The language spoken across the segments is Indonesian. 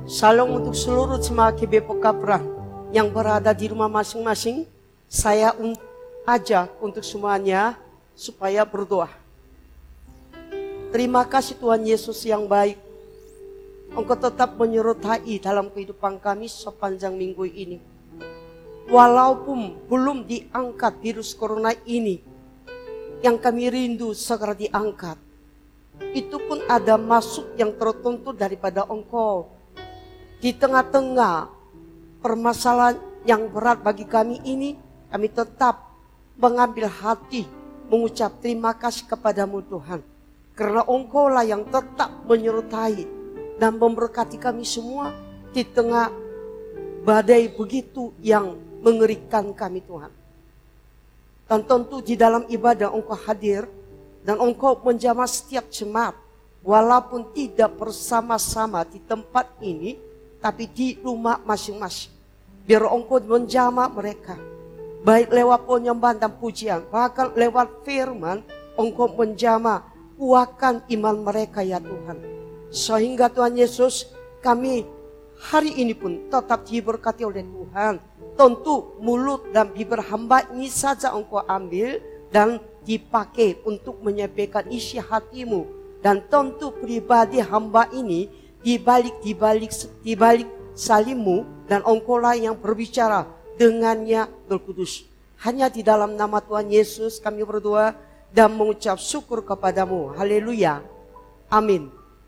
Salam untuk seluruh jemaat GB Pekapran yang berada di rumah masing-masing. Saya ajak untuk semuanya supaya berdoa. Terima kasih Tuhan Yesus yang baik. Engkau tetap menyertai dalam kehidupan kami sepanjang minggu ini. Walaupun belum diangkat virus corona ini, yang kami rindu segera diangkat. Itu pun ada masuk yang tertentu daripada Engkau. Di tengah-tengah permasalahan yang berat bagi kami ini, kami tetap mengambil hati mengucap terima kasih kepadamu Tuhan. Karena Engkau lah yang tetap menyertai dan memberkati kami semua di tengah badai begitu yang mengerikan kami Tuhan. Dan tentu di dalam ibadah Engkau hadir dan Engkau menjamah setiap jemaat. Walaupun tidak bersama-sama di tempat ini, tapi di rumah masing-masing. Biar Engkau menjamah mereka. Baik lewat penyembahan dan pujian, bahkan lewat firman, Engkau menjamah, kuatkan iman mereka ya Tuhan. Sehingga Tuhan Yesus, kami hari ini pun tetap diberkati oleh Tuhan. Tentu mulut dan bibir hamba ini saja Engkau ambil dan dipakai untuk menyampaikan isi hatimu. Dan tentu pribadi hamba ini dibalik salimmu dan Engkau lah yang berbicara dengannya Roh Kudus. Hanya di dalam nama Tuhan Yesus kami berdoa dan mengucap syukur kepadamu. Haleluya. Amin.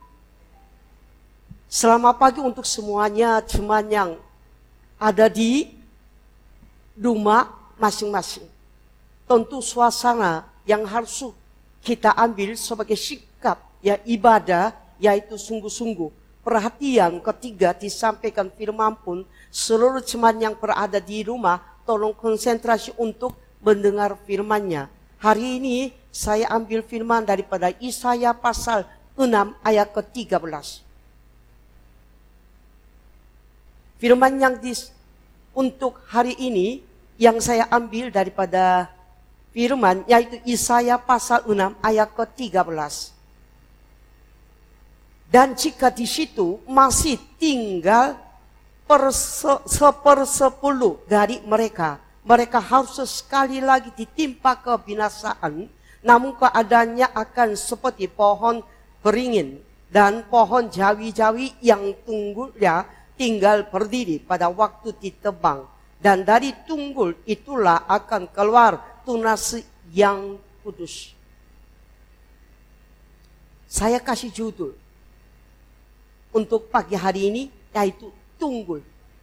Selamat pagi untuk semuanya jemaat yang ada di rumah masing-masing. Tentu suasana yang harus kita ambil sebagai sikap ya ibadah, yaitu sungguh-sungguh. Perhatian ketiga disampaikan firman pun, seluruh jemaat yang berada di rumah tolong konsentrasi untuk mendengar firman-Nya. Hari ini saya ambil firman daripada Yesaya pasal 6 ayat ke-13. Firman yang untuk hari ini yang saya ambil daripada firman yaitu Yesaya pasal 6 ayat ke-13. Dan jika di situ masih tinggal sepersepuluh dari mereka, mereka harus sekali lagi ditimpa kebinasaan, namun keadaannya akan seperti pohon beringin dan pohon jawi-jawi yang tunggulnya tinggal berdiri pada waktu ditebang. Dan dari tunggul itulah akan keluar tunas yang kudus. Saya kasih judul untuk pagi hari ini yaitu tunggul.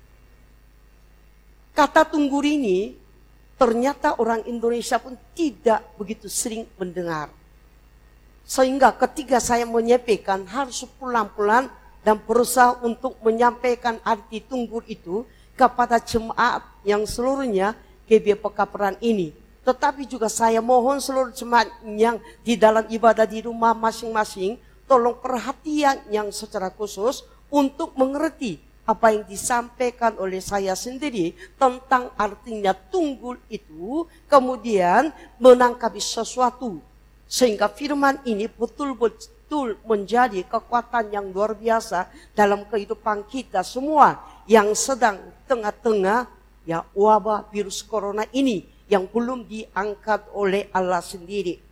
Kata tunggul ini ternyata orang Indonesia pun tidak begitu sering mendengar. Sehingga ketika saya menyampaikan harus pelan-pelan dan berusaha untuk menyampaikan arti tunggul itu kepada jemaat yang seluruhnya GB Pekapran ini. Tetapi juga saya mohon seluruh jemaat yang di dalam ibadah di rumah masing-masing tolong perhatian yang secara khusus untuk mengerti apa yang disampaikan oleh saya sendiri tentang artinya tunggul itu, kemudian menangkapi sesuatu. Sehingga firman ini betul-betul menjadi kekuatan yang luar biasa dalam kehidupan kita semua yang sedang tengah-tengah ya wabah virus corona ini yang belum diangkat oleh Allah sendiri.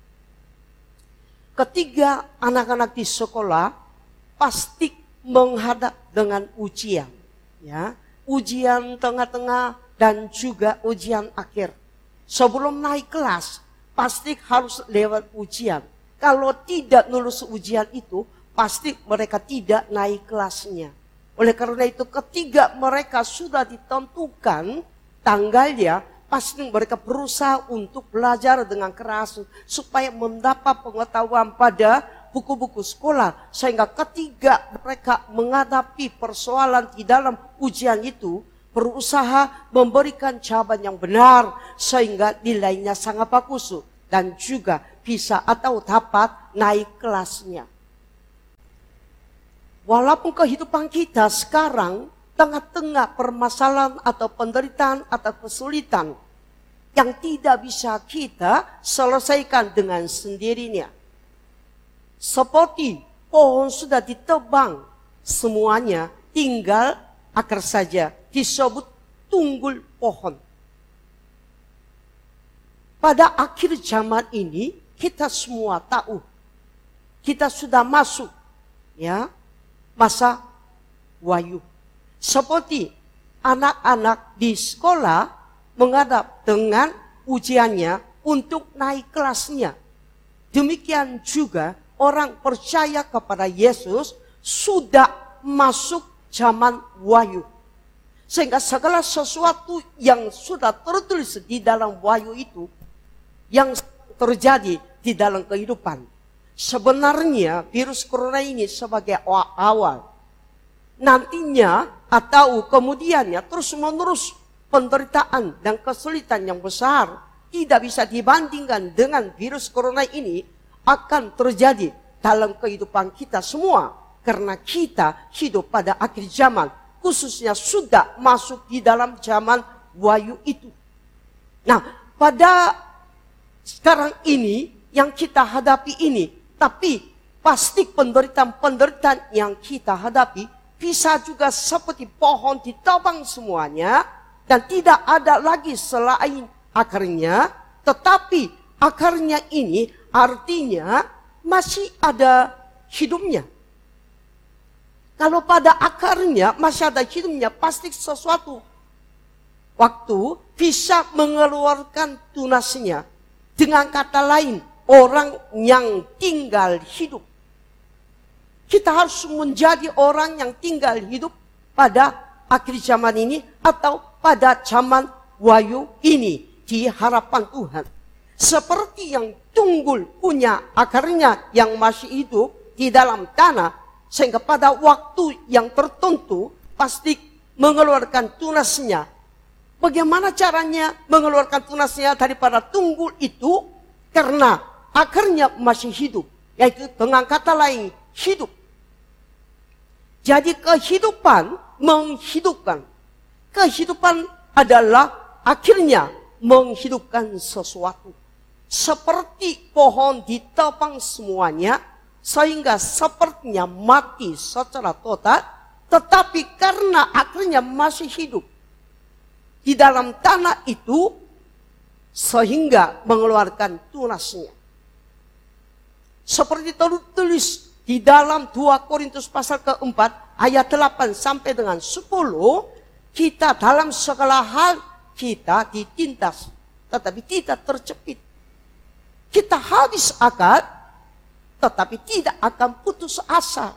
Ketika anak-anak di sekolah pasti menghadap dengan ujian, ya, ujian tengah-tengah dan juga ujian akhir. Sebelum naik kelas pasti harus lewat ujian. Kalau tidak lulus ujian itu pasti mereka tidak naik kelasnya. Oleh karena itu ketika mereka sudah ditentukan tanggalnya, pasti mereka berusaha untuk belajar dengan keras supaya mendapat pengetahuan pada buku-buku sekolah. Sehingga ketika mereka menghadapi persoalan di dalam ujian itu, berusaha memberikan jawaban yang benar sehingga nilainya sangat bagus dan juga bisa atau dapat naik kelasnya. Walaupun kehidupan kita sekarang tengah-tengah permasalahan atau penderitaan atau kesulitan yang tidak bisa kita selesaikan dengan sendirinya. Seperti pohon sudah ditebang semuanya, tinggal akar saja, disebut tunggul pohon. Pada akhir zaman ini kita semua tahu, kita sudah masuk ya masa Wahyu. Seperti anak-anak di sekolah menghadap dengan ujiannya untuk naik kelasnya. Demikian juga orang percaya kepada Yesus sudah masuk zaman Wahyu. Sehingga segala sesuatu yang sudah tertulis di dalam Wahyu itu, yang terjadi di dalam kehidupan. Sebenarnya virus corona ini sebagai awal. Nantinya atau kemudiannya terus-menerus penderitaan dan kesulitan yang besar tidak bisa dibandingkan dengan virus corona ini akan terjadi dalam kehidupan kita semua. Karena kita hidup pada akhir zaman, khususnya sudah masuk di dalam zaman Wahyu itu. Nah, pada sekarang ini yang kita hadapi ini, tapi pasti penderitaan-penderitaan yang kita hadapi bisa juga seperti pohon ditebang semuanya dan tidak ada lagi selain akarnya, tetapi akarnya ini artinya masih ada hidupnya. Kalau pada akarnya masih ada hidupnya, pasti sesuatu waktu bisa mengeluarkan tunasnya. Dengan kata lain, orang yang tinggal hidup. Kita harus menjadi orang yang tinggal hidup pada akhir zaman ini atau pada zaman Wahyu ini di harapan Tuhan. Seperti yang tunggul punya akarnya yang masih hidup di dalam tanah, sehingga pada waktu yang tertentu pasti mengeluarkan tunasnya. Bagaimana caranya mengeluarkan tunasnya daripada tunggul itu? Karena akarnya masih hidup, yaitu dengan kata lain hidup. Jadi kehidupan menghidupkan. Kehidupan adalah akhirnya menghidupkan sesuatu. Seperti pohon ditebang semuanya, sehingga sepertinya mati secara total, tetapi karena akhirnya masih hidup di dalam tanah itu, sehingga mengeluarkan tunasnya. Seperti tertulis di dalam 2 Korintus pasal keempat ayat 8 sampai dengan 10, kita dalam segala hal kita ditindas, tetapi tidak terjepit. Kita habis akal, tetapi tidak akan putus asa.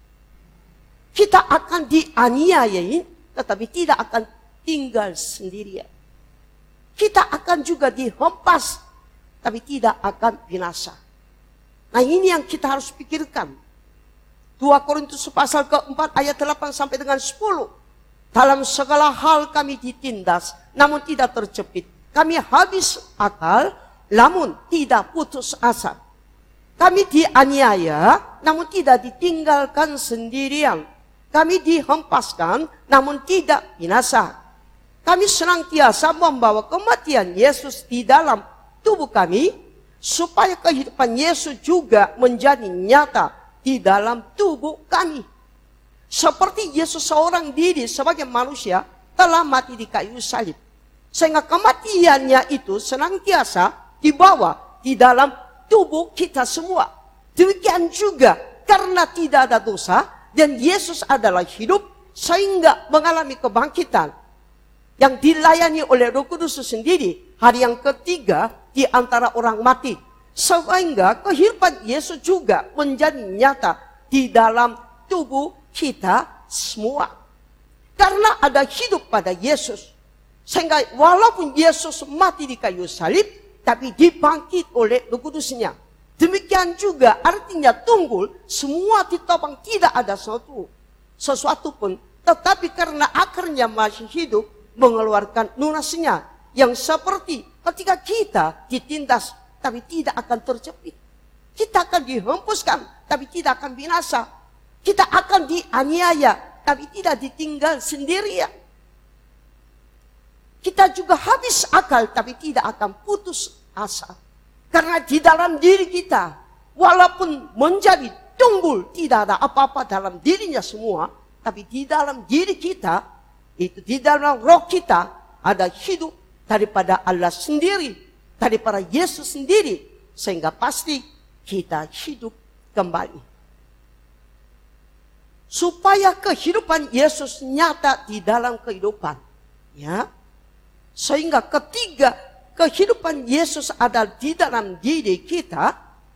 Kita akan dianiayain, tetapi tidak akan tinggal sendirian. Kita akan juga dihempas, tapi tidak akan binasa. Nah, ini yang kita harus pikirkan. 2 Korintus pasal keempat ayat 8 sampai dengan 10. Dalam segala hal kami ditindas, namun tidak terjepit. Kami habis akal, namun tidak putus asa. Kami dianiaya, namun tidak ditinggalkan sendirian. Kami dihempaskan, namun tidak binasa. Kami senantiasa membawa kematian Yesus di dalam tubuh kami, supaya kehidupan Yesus juga menjadi nyata di dalam tubuh kami. Seperti Yesus seorang diri sebagai manusia telah mati di kayu salib, sehingga kematiannya itu senantiasa dibawa di dalam tubuh kita semua. Demikian juga karena tidak ada dosa dan Yesus adalah hidup, sehingga mengalami kebangkitan yang dilayani oleh Roh Kudus sendiri hari yang ketiga di antara orang mati. Sehingga kehidupan Yesus juga menjadi nyata di dalam tubuh kita semua. Karena ada hidup pada Yesus, sehingga walaupun Yesus mati di kayu salib, tapi dibangkit oleh Roh Kudus-Nya. Demikian juga artinya tunggul, semua ditopang, tidak ada sesuatu pun. Tetapi karena akarnya masih hidup, mengeluarkan lunasnya. Yang seperti ketika kita ditindas, tapi tidak akan terjepit. Kita akan dihempuskan, tapi tidak akan binasa. Kita akan dianiaya, tapi tidak ditinggal sendirian. Kita juga habis akal, tapi tidak akan putus asa. Karena di dalam diri kita, walaupun menjadi tunggul, tidak ada apa-apa dalam dirinya semua, tapi di dalam diri kita, itu di dalam roh kita ada hidup daripada Allah sendiri, daripada Yesus sendiri, sehingga pasti kita hidup kembali. Supaya kehidupan Yesus nyata di dalam kehidupan, ya, sehingga ketika kehidupan Yesus ada di dalam diri kita,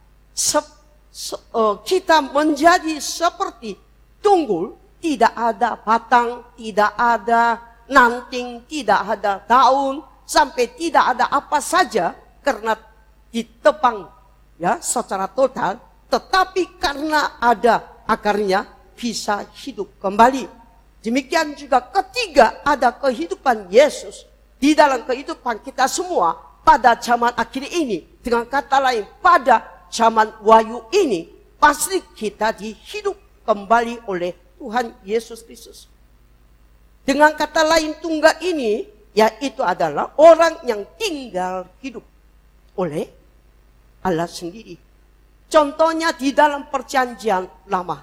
kita menjadi seperti tunggul, tidak ada batang, tidak ada nanting, tidak ada daun, sampai tidak ada apa saja karena ditebang ya secara total, tetapi karena ada akarnya bisa hidup kembali. Demikian juga ketika ada kehidupan Yesus di dalam kehidupan kita semua pada zaman akhir ini, dengan kata lain pada zaman Wahyu ini, pasti kita dihidup kembali oleh Tuhan Yesus Kristus. Dengan kata lain, tunggal ini yaitu adalah orang yang tinggal hidup oleh Allah sendiri. Contohnya di dalam perjanjian lama,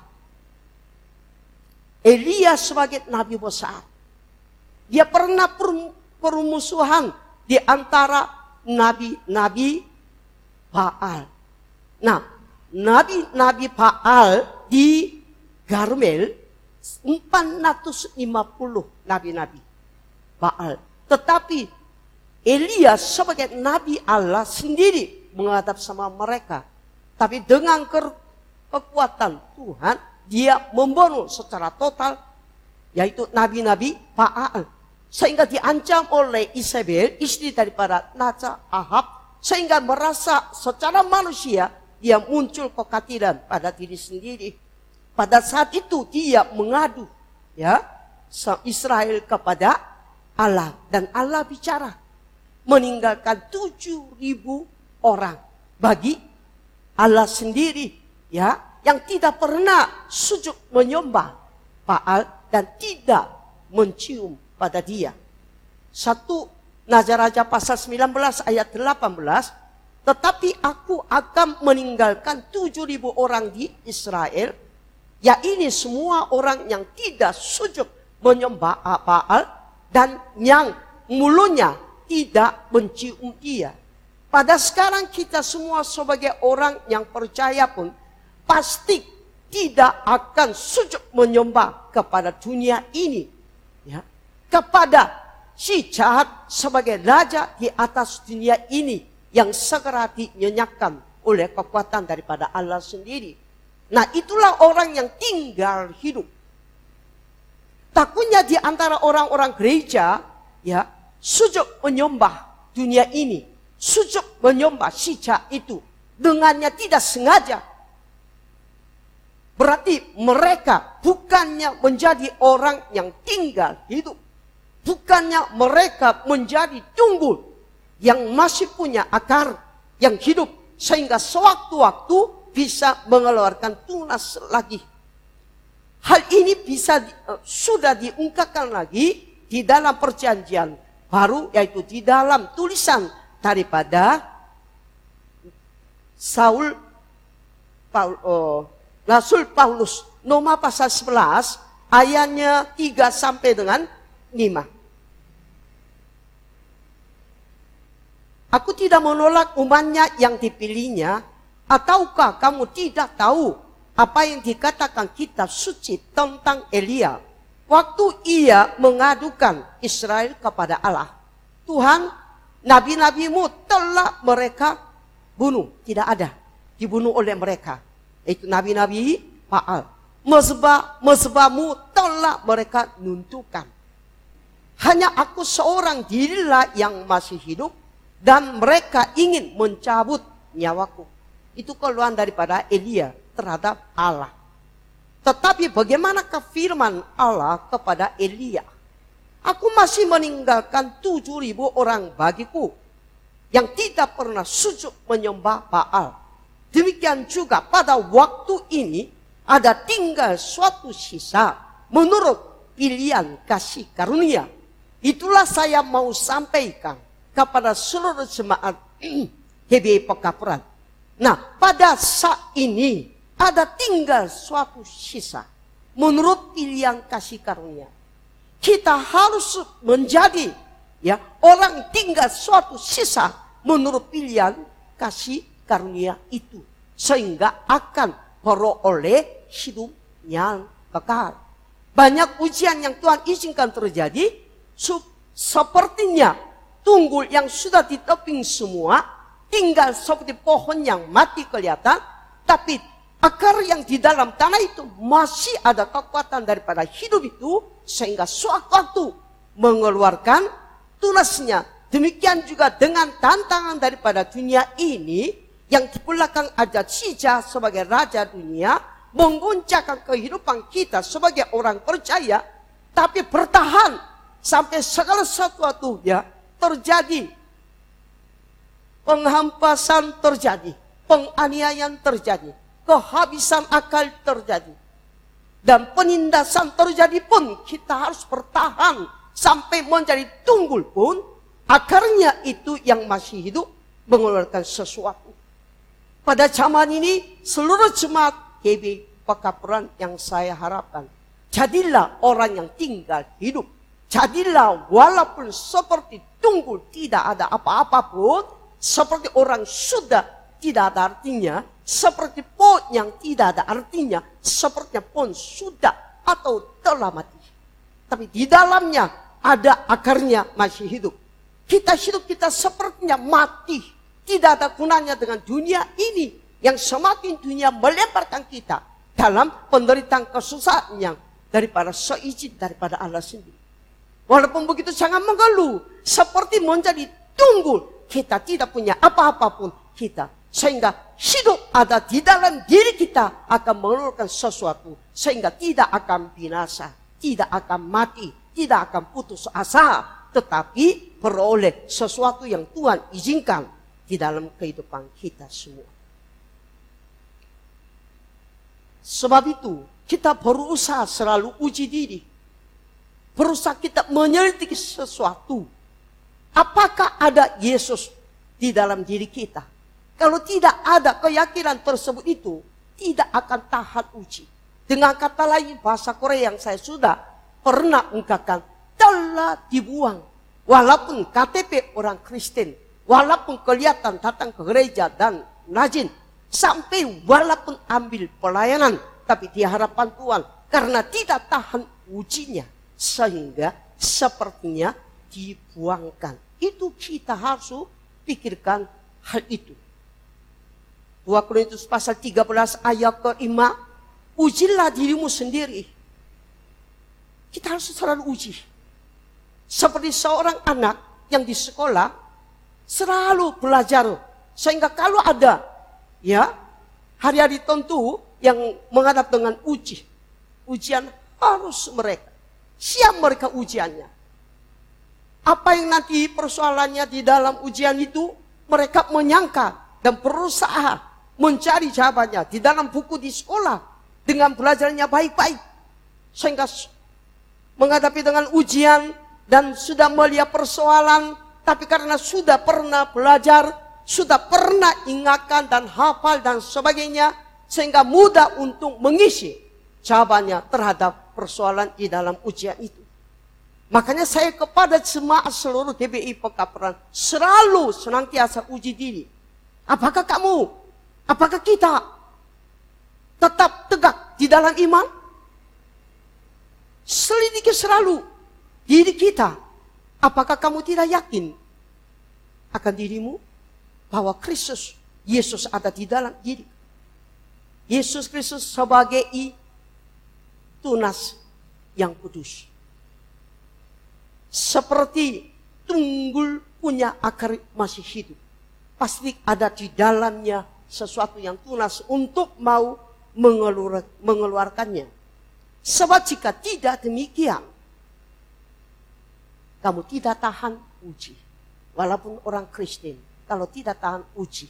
Elia sebagai nabi besar, dia pernah permusuhan di antara nabi-nabi Baal. Nah, nabi-nabi Baal di Karmel 450 nabi-nabi Baal. Tetapi Elia sebagai nabi Allah sendiri menghadap sama mereka. Tapi dengan kekuatan Tuhan, dia membunuh secara total, yaitu nabi-nabi Baal. Sehingga diancam oleh Isabel, istri daripada Naja Ahab, sehingga merasa secara manusia dia muncul kekhawatiran pada diri sendiri. Pada saat itu dia mengadu ya Israel kepada Allah, dan Allah bicara meninggalkan 7.000 orang bagi Allah sendiri ya, yang tidak pernah sujud menyembah Baal dan tidak mencium pada dia. 1 Raja pasal 19 ayat 18, tetapi aku akan meninggalkan 7.000 orang di Israel, ya ini semua orang yang tidak sujud menyembah Baal dan yang mulutnya tidak mencium dia. Pada sekarang kita semua sebagai orang yang percaya pun pasti tidak akan sujud menyembah kepada dunia ini, ya, kepada si jahat sebagai raja di atas dunia ini yang segera dinyenyakkan oleh kekuatan daripada Allah sendiri. Nah, itulah orang yang tinggal hidup. Takutnya di antara orang-orang gereja, ya, sujud menyembah dunia ini, sujud menyembah si jahat itu, dengannya tidak sengaja. Berarti mereka bukannya menjadi orang yang tinggal hidup, bukannya mereka menjadi tunggul yang masih punya akar yang hidup, sehingga sewaktu-waktu bisa mengeluarkan tunas lagi. Hal ini sudah diungkapkan lagi di dalam perjanjian baru, yaitu di dalam tulisan daripada Rasul Paulus, Roma pasal 11 ayatnya 3 sampai dengan 5. Aku tidak menolak umatnya yang dipilihnya. Ataukah kamu tidak tahu apa yang dikatakan kitab suci tentang Elia waktu ia mengadukan Israel kepada Allah? Tuhan, nabi-nabimu telah mereka bunuh. Tidak ada, dibunuh oleh mereka, itu nabi-nabi Baal. Mezbahmu telah mereka nuntukkan. Hanya aku seorang dirilah yang masih hidup, dan mereka ingin mencabut nyawaku. Itu keluhan daripada Elia terhadap Allah. Tetapi bagaimanakah firman Allah kepada Elia? Aku masih meninggalkan 7.000 orang bagiku yang tidak pernah sujud menyembah Baal. Demikian juga pada waktu ini ada tinggal suatu sisa menurut pilihan kasih karunia. Itulah saya mau sampaikan kepada seluruh jemaat GBI Pekapuran. Nah, pada saat ini ada tinggal suatu sisa. menurut pilihan kasih karunia. Kita harus menjadi orang tinggal suatu sisa menurut pilihan kasih karunia itu. Sehingga akan beroleh hidup yang kekal. Banyak ujian yang Tuhan izinkan terjadi. Sepertinya tunggul yang sudah ditebing semua. Tinggal seperti pohon yang mati kelihatan. Tapi akar yang di dalam tanah itu masih ada kekuatan daripada hidup itu. Sehingga suatu waktu mengeluarkan tunasnya. Demikian juga dengan tantangan daripada dunia ini. Yang di belakang ada Sija sebagai raja dunia. Mengguncangkan kehidupan kita sebagai orang percaya. Tapi bertahan sampai segala sesuatu terjadi. Penghampasan terjadi. Penganiayaan terjadi. Kehabisan akal terjadi. Dan penindasan terjadi pun kita harus bertahan sampai menjadi tunggul pun akarnya itu yang masih hidup mengeluarkan sesuatu. Pada zaman ini seluruh jemaat GB Pekapuran yang saya harapkan, jadilah orang yang tinggal hidup. Jadilah walaupun seperti tunggul tidak ada apa-apa pun, seperti orang sudah tidak ada artinya, seperti pohon yang tidak ada artinya, sepertinya pohon sudah atau telah mati. Tapi di dalamnya ada akarnya masih hidup. Kita hidup kita sepertinya mati. Tidak ada gunanya dengan dunia ini. Yang semakin dunia melemparkan kita dalam penderitaan kesusahan yang daripada seizin daripada Allah sendiri. Walaupun begitu jangan mengeluh. Seperti menjadi tunggul. Kita tidak punya apa-apa pun kita. Sehingga hidup ada di dalam diri kita akan mengeluarkan sesuatu. Sehingga tidak akan binasa. Tidak akan mati. Tidak akan putus asa. Tetapi beroleh sesuatu yang Tuhan izinkan di dalam kehidupan kita semua. Sebab itu kita berusaha selalu uji diri. Berusaha kita menyelidiki sesuatu. Apakah ada Yesus di dalam diri kita? Kalau tidak ada keyakinan tersebut itu, tidak akan tahan uji. Dengan kata lain bahasa Korea yang saya sudah pernah ungkapkan, telah dibuang. Walaupun KTP orang Kristen, walaupun kelihatan datang ke gereja dan rajin, sampai walaupun ambil pelayanan, tapi di hadapan Tuhan, karena tidak tahan ujinya, sehingga sepertinya dibuangkan. Itu kita harus pikirkan hal itu. 2 Korintus pasal 13 ayat ke-5. Ujilah dirimu sendiri. Kita harus selalu uji. Seperti seorang anak yang di sekolah selalu belajar. Sehingga kalau ada hari-hari tentu yang menghadap dengan ujian harus mereka. Siap mereka ujiannya. Apa yang nanti persoalannya di dalam ujian itu, mereka menyangka dan berusaha mencari jawabannya di dalam buku di sekolah dengan belajarnya baik-baik. Sehingga menghadapi dengan ujian dan sudah melihat persoalan, tapi karena sudah pernah belajar, sudah pernah ingatkan dan hafal dan sebagainya, sehingga mudah untuk mengisi jawabannya terhadap persoalan di dalam ujian itu. Makanya saya kepada jemaat seluruh GBI Pekapuran selalu senantiasa uji diri. Apakah kamu, apakah kita tetap tegak di dalam iman? Selidiki selalu diri kita. Apakah kamu tidak yakin akan dirimu bahwa Kristus Yesus ada di dalam diri? Yesus Kristus sebagai tunas yang kudus. Seperti tunggul punya akar masih hidup. Pasti ada di dalamnya sesuatu yang tunas untuk mau mengeluarkannya. Sebab jika tidak demikian, kamu tidak tahan uji. Walaupun orang Kristen, kalau tidak tahan uji.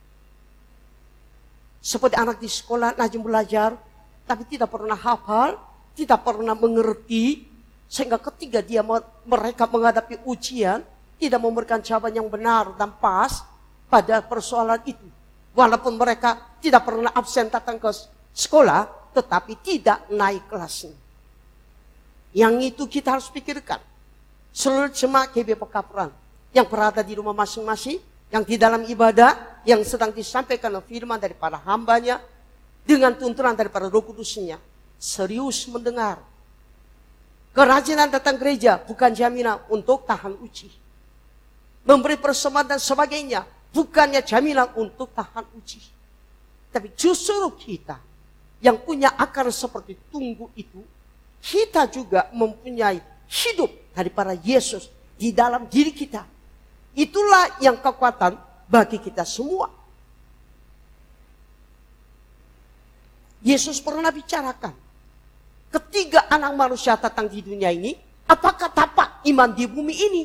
Seperti anak di sekolah, rajin belajar, tapi tidak pernah hafal, tidak pernah mengerti, sehingga ketika mereka menghadapi ujian, tidak memberikan jawaban yang benar dan pas pada persoalan itu. Walaupun mereka tidak pernah absen datang ke sekolah, tetapi tidak naik kelasnya. Yang itu kita harus pikirkan. Seluruh jemaat GB Pekapuran yang berada di rumah masing-masing, yang di dalam ibadah, yang sedang disampaikan firman daripada hambanya, dengan tuntunan daripada Roh Kudusnya, serius mendengar. Kerajinan datang gereja bukan jaminan untuk tahan uji. Memberi persembahan dan sebagainya bukannya jaminan untuk tahan uji. Tapi justru kita yang punya akar seperti tunggu itu, kita juga mempunyai hidup daripada Yesus di dalam diri kita. Itulah yang kekuatan bagi kita semua. Yesus pernah bicarakan, ketiga anak manusia datang di dunia ini, apakah tapak iman di bumi ini?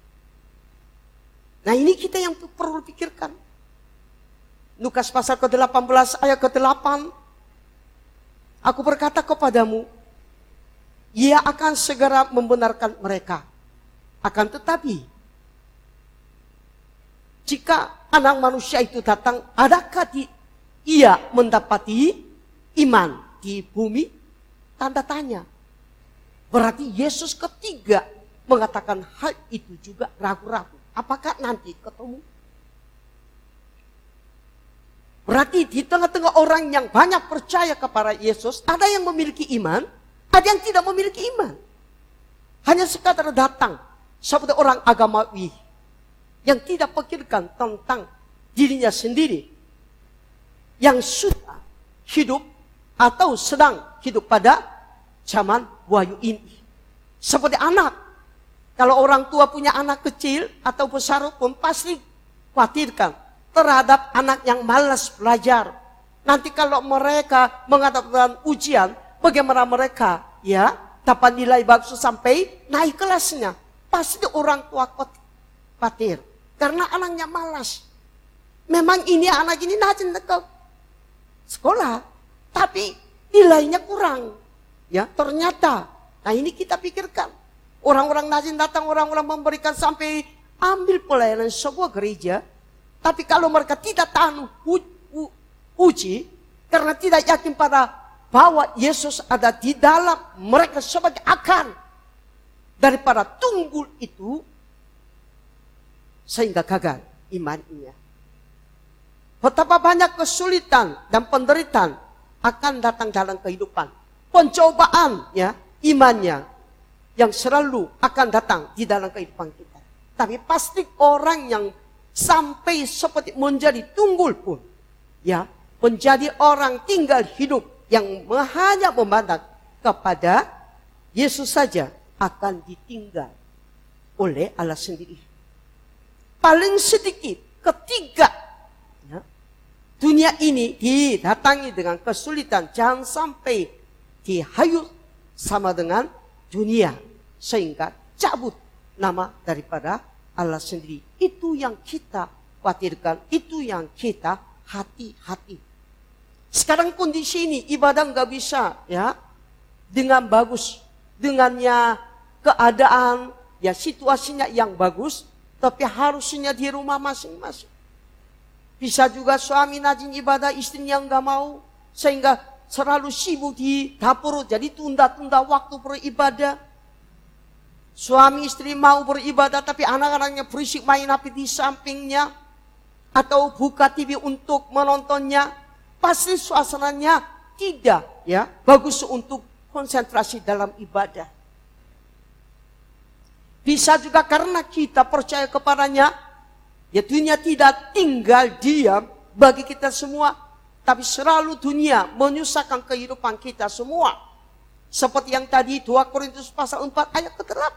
Nah, ini kita yang perlu pikirkan. Lukas pasal ke-18 ayat ke-8. Aku berkata kepadamu, ia akan segera membenarkan mereka. Akan tetapi, jika anak manusia itu datang, adakah ia mendapati iman di bumi? Tanda tanya. Berarti Yesus ketiga mengatakan hal itu juga ragu-ragu. Apakah nanti ketemu? Berarti di tengah-tengah orang yang banyak percaya kepada Yesus, ada yang memiliki iman, ada yang tidak memiliki iman. Hanya sekadar datang seperti orang agamawi yang tidak pikirkan tentang dirinya sendiri, yang sudah hidup atau sedang hidup pada zaman wahyu ini. Seperti anak, kalau orang tua punya anak kecil atau besar pun pasti khawatirkan terhadap anak yang malas belajar. Nanti kalau mereka menghadapkan ujian, bagaimana mereka dapat nilai bagus sampai naik kelasnya? Pasti orang tua khawatir karena anaknya malas. Memang ini anak ini rajin ke sekolah, tapi nilainya kurang. Ya, ternyata. Nah, ini kita pikirkan. Orang-orang rajin datang, orang-orang memberikan sampai ambil pelayanan sebuah gereja. Tapi kalau mereka tidak tahan uji, karena tidak yakin pada bahwa Yesus ada di dalam mereka sebagai akar daripada tunggul itu, sehingga gagal imannya. Betapa banyak kesulitan dan penderitaan akan datang dalam kehidupan. Pencobaan imannya yang selalu akan datang di dalam kehidupan kita. Tapi pasti orang yang sampai seperti menjadi tunggul pun, menjadi orang tinggal hidup yang hanya memandang kepada Yesus saja, akan ditinggal oleh Allah sendiri. Paling sedikit ketiga, dunia ini didatangi dengan kesulitan, jangan sampai dihayut sama dengan dunia sehingga cabut nama daripada Allah sendiri. Itu yang kita khawatirkan, itu yang kita hati-hati. Sekarang kondisi ini ibadah nggak bisa dengan bagus, dengannya keadaan situasinya yang bagus, tapi harusnya di rumah masing-masing. Bisa juga suami rajin ibadah, istrinya nggak mau, sehingga selalu sibuk di dapur, jadi tunda-tunda waktu beribadah. Suami istri mau beribadah, tapi anak-anaknya berisik main HP di sampingnya, atau buka TV untuk menontonnya. Pasti suasananya tidak bagus untuk konsentrasi dalam ibadah. Bisa juga karena kita percaya kepadanya, dunia tidak tinggal diam bagi kita semua, tapi selalu dunia menyusahkan kehidupan kita semua. Seperti yang tadi 2 Korintus pasal 4 ayat ke-8.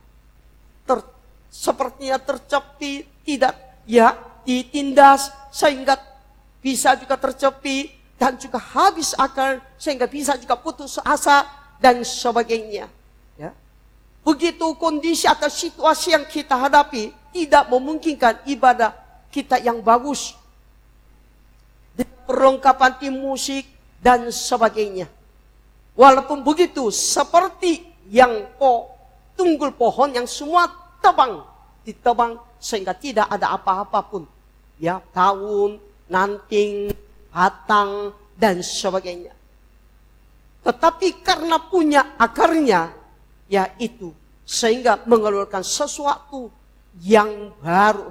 Sepertinya tercepi, tidak ditindas sehingga bisa juga tercepi dan juga habis akal sehingga bisa juga putus asa dan sebagainya. Begitu kondisi atau situasi yang kita hadapi tidak memungkinkan ibadah kita yang bagus, perlengkapan tim musik dan sebagainya. Walaupun begitu, seperti yang tunggul pohon yang semua ditebang sehingga tidak ada apa-apa pun. Daun, ranting, batang dan sebagainya. Tetapi karena punya akarnya, yaitu sehingga mengeluarkan sesuatu yang baru.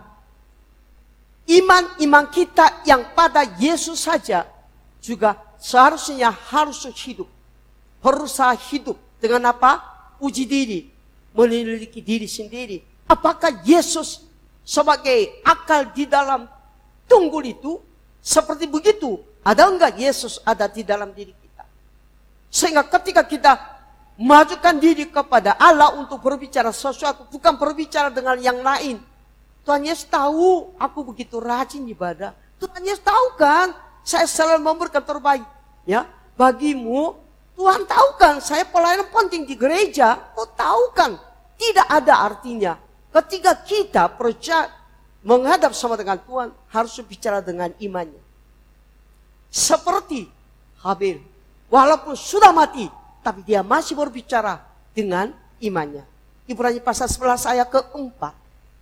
Iman kita yang pada Yesus saja juga seharusnya harus hidup. Berusaha hidup dengan apa? Uji diri, menyelidiki diri sendiri. Apakah Yesus sebagai akal di dalam tunggul itu seperti begitu? Ada enggak Yesus ada di dalam diri kita? Sehingga ketika kita majukan diri kepada Allah untuk berbicara sesuatu, bukan berbicara dengan yang lain. Tuhan Yesus tahu aku begitu rajin ibadah. Tuhan Yesus tahu kan saya selalu memberikan terbaik. Ya, bagimu Tuhan tahu kan saya pelayanan penting di gereja. Kau tahu kan tidak ada artinya. Ketika kita percaya menghadap sama dengan Tuhan harus bicara dengan imannya. Seperti Habil, walaupun sudah mati, tapi dia masih berbicara dengan imannya. Ibrani pasal 11 ayat keempat.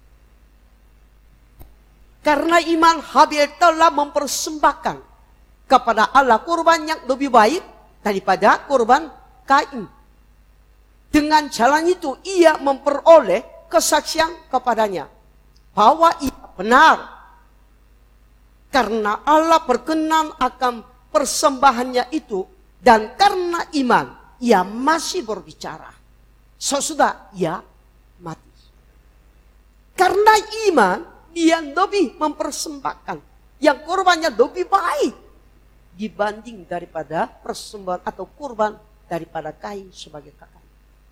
Karena iman Habil telah mempersembahkan kepada Allah kurban yang lebih baik daripada kurban Kain. Dengan jalan itu ia memperoleh kesaksian kepadanya bahwa ia benar. Karena Allah berkenan akan persembahannya itu, dan karena iman ia masih berbicara sesudah ia mati. Karena iman dia lebih mempersembahkan yang kurbannya lebih baik dibanding daripada persembahan atau kurban daripada Kain sebagai kakak.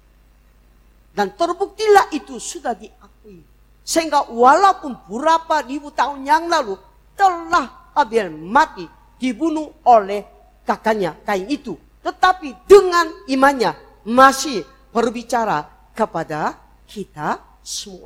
Dan terbuktilah itu sudah diakui. Sehingga walaupun beberapa ribu tahun yang lalu telah Habil mati dibunuh oleh kakaknya Kain itu, tetapi dengan imannya masih berbicara kepada kita semua.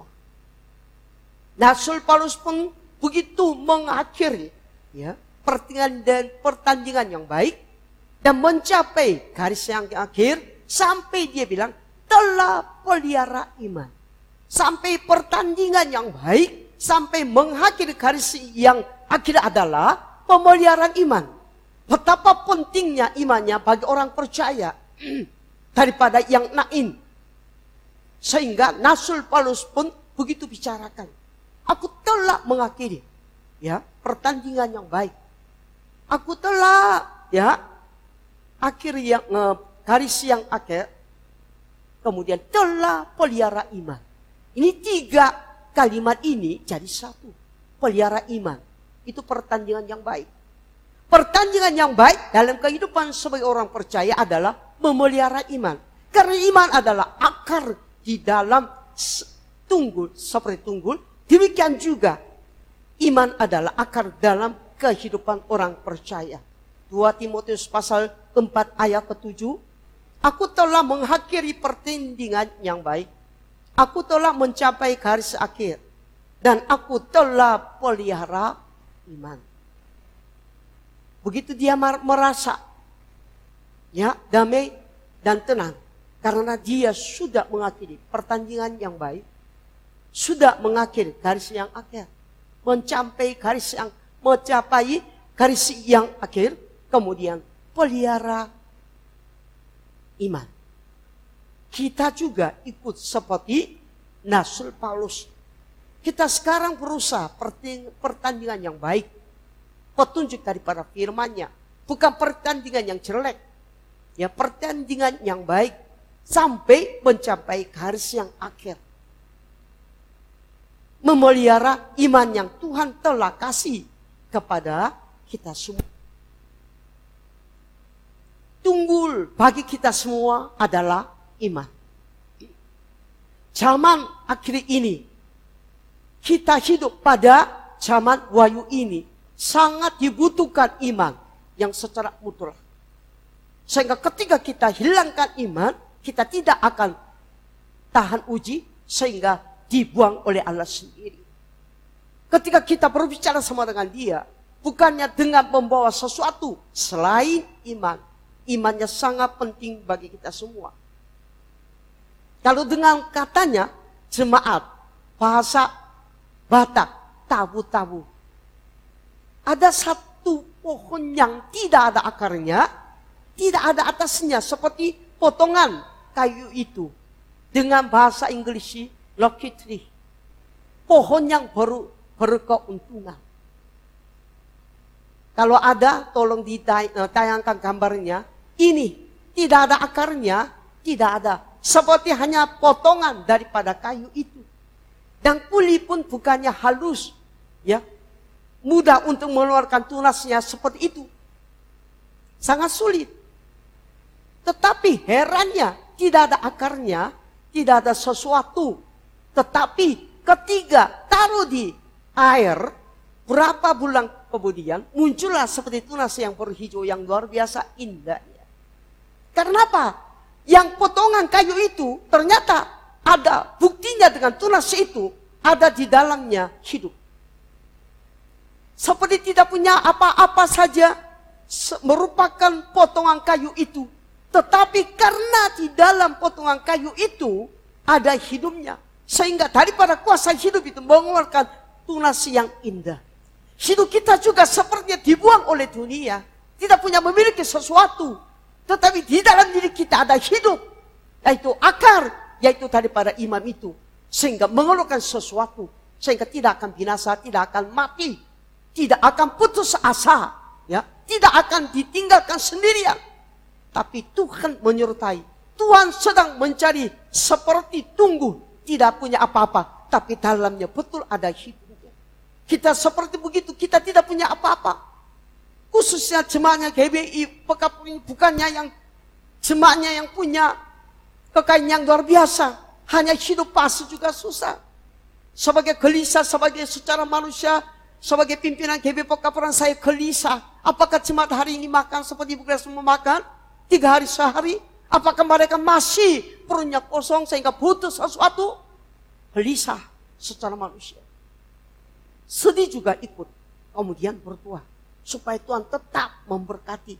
Rasul Paulus pun begitu mengakhiri ya, pertandingan yang baik dan mencapai garis yang akhir sampai dia bilang telah pelihara iman. Sampai pertandingan yang baik, sampai mengakhiri garis yang akhir adalah pemeliharaan iman. Betapa pentingnya imannya bagi orang percaya daripada yang lain. Sehingga Rasul Paulus pun begitu bicarakan. Aku telah mengakhiri ya pertandingan yang baik. Aku telah ya akhir yang garis yang akhir. Kemudian telah pelihara iman. Ini 3 kalimat ini jadi satu. Pelihara iman. Itu pertandingan yang baik. Pertandingan yang baik dalam kehidupan sebagai orang percaya adalah memelihara iman. Karena iman adalah akar di dalam tunggul, seperti tunggul. Demikian juga iman adalah akar dalam kehidupan orang percaya. 2 Timotius pasal 4 ayat ke-7. Aku telah mengakhiri pertandingan yang baik. Aku telah mencapai garis akhir. Dan aku telah pelihara iman. Begitu dia merasa ya damai dan tenang. Karena dia sudah mengakhiri pertandingan yang baik. Sudah mengakhiri garis yang akhir. Mencapai garis yang akhir. Kemudian pelihara iman. Kita juga ikut seperti Rasul Paulus. Kita sekarang berusaha pertandingan yang baik. Petunjuk daripada firman-Nya. Bukan pertandingan yang jelek. Ya, pertandingan yang baik. Sampai mencapai garis yang akhir. Memelihara iman yang Tuhan telah kasih kepada kita semua. Tunggul bagi kita semua adalah iman. Zaman akhir ini, kita hidup pada zaman wahyu ini, sangat dibutuhkan iman yang secara mutlak. Sehingga ketika kita hilangkan iman, kita tidak akan tahan uji, sehingga dibuang oleh Allah sendiri. Ketika kita berbicara sama dengan Dia, bukannya dengan membawa sesuatu selain iman. Imannya sangat penting bagi kita semua. Kalau dengan katanya jemaat, bahasa Batak, tabu-tabu. Ada satu pohon yang tidak ada akarnya, tidak ada atasnya seperti potongan kayu itu. Dengan bahasa Inggris, lucky tree. Pohon yang berkeuntungan. Kalau ada, tolong ditayangkan gambarnya. Ini tidak ada akarnya, tidak ada. Seperti hanya potongan daripada kayu itu. Dan kulit pun bukannya halus, ya, mudah untuk mengeluarkan tunasnya seperti itu. Sangat sulit. Tetapi herannya, tidak ada akarnya, tidak ada sesuatu. Tetapi ketika taruh di air, berapa bulan kemudian muncullah seperti tunas yang berhijau yang luar biasa indahnya. Karena apa? Yang potongan kayu itu ternyata ada buktinya dengan tunas itu ada di dalamnya hidup. Seperti tidak punya apa-apa saja merupakan potongan kayu itu. Tetapi karena di dalam potongan kayu itu ada hidupnya. Sehingga daripada kuasa hidup itu mengeluarkan tunas yang indah. Hidup kita juga sepertinya dibuang oleh dunia. Tidak punya memiliki sesuatu. Tetapi di dalam diri kita ada hidup. Yaitu akar. Yaitu daripada iman itu. Sehingga mengeluarkan sesuatu. Sehingga tidak akan binasa. Tidak akan mati. Tidak akan putus asa. Ya, tidak akan ditinggalkan sendirian. Tapi Tuhan menyertai. Tuhan sedang mencari seperti tunggu. Tidak punya apa-apa. Tapi dalamnya betul ada hidupnya. Kita seperti begitu. Kita tidak punya apa-apa. Khususnya jemaahnya GBI, bukannya yang jemaahnya yang punya kekayaan yang luar biasa. Hanya hidup pasif juga susah. Sebagai gelisah, sebagai secara manusia, sebagai pimpinan GBI Pekapuran saya gelisah. Apakah jemaat hari ini makan seperti Ibu Grace memakan? 3 hari sehari? Apakah mereka masih perutnya kosong sehingga butuh sesuatu? Gelisah secara manusia. Sedih juga ikut. Kemudian berdoa. Supaya Tuhan tetap memberkati.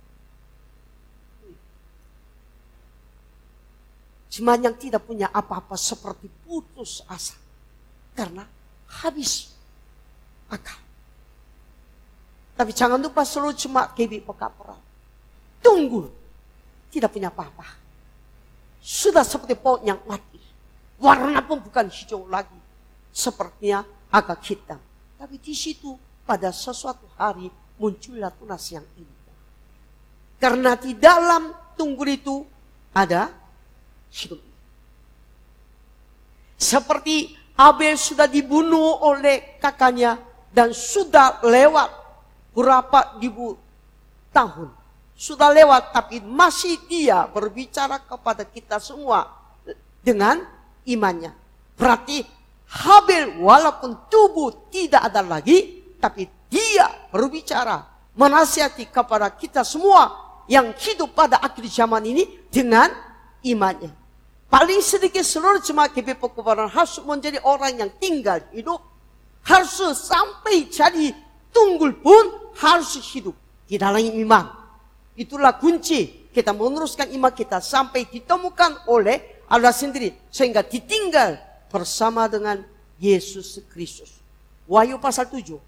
Jemaat yang tidak punya apa-apa seperti putus asa. Karena habis akal. Tapi jangan lupa seluruh jemaat GBI Pekapuran. Tunggu. Tidak punya apa-apa. Sudah seperti pohon yang mati. Warna pun bukan hijau lagi. Sepertinya agak hitam. Tapi di situ pada sesuatu hari muncullah tunas yang indah. Karena di dalam tunggu itu ada hidup. Seperti Abel sudah dibunuh oleh kakaknya dan sudah lewat berapa ribu tahun. Sudah lewat tapi masih dia berbicara kepada kita semua dengan imannya. Berarti Habel walaupun tubuh tidak ada lagi, tapi dia berbicara, menasihati kepada kita semua yang hidup pada akhir zaman ini dengan imannya. Paling sedikit seluruh jemaat GBI Pekapuran harus menjadi orang yang tinggal hidup. Harus sampai jadi tunggul pun harus hidup di dalam iman. Itulah kunci kita meneruskan iman kita sampai ditemukan oleh Allah sendiri. Sehingga ditinggal bersama dengan Yesus Kristus. Wahyu pasal 7.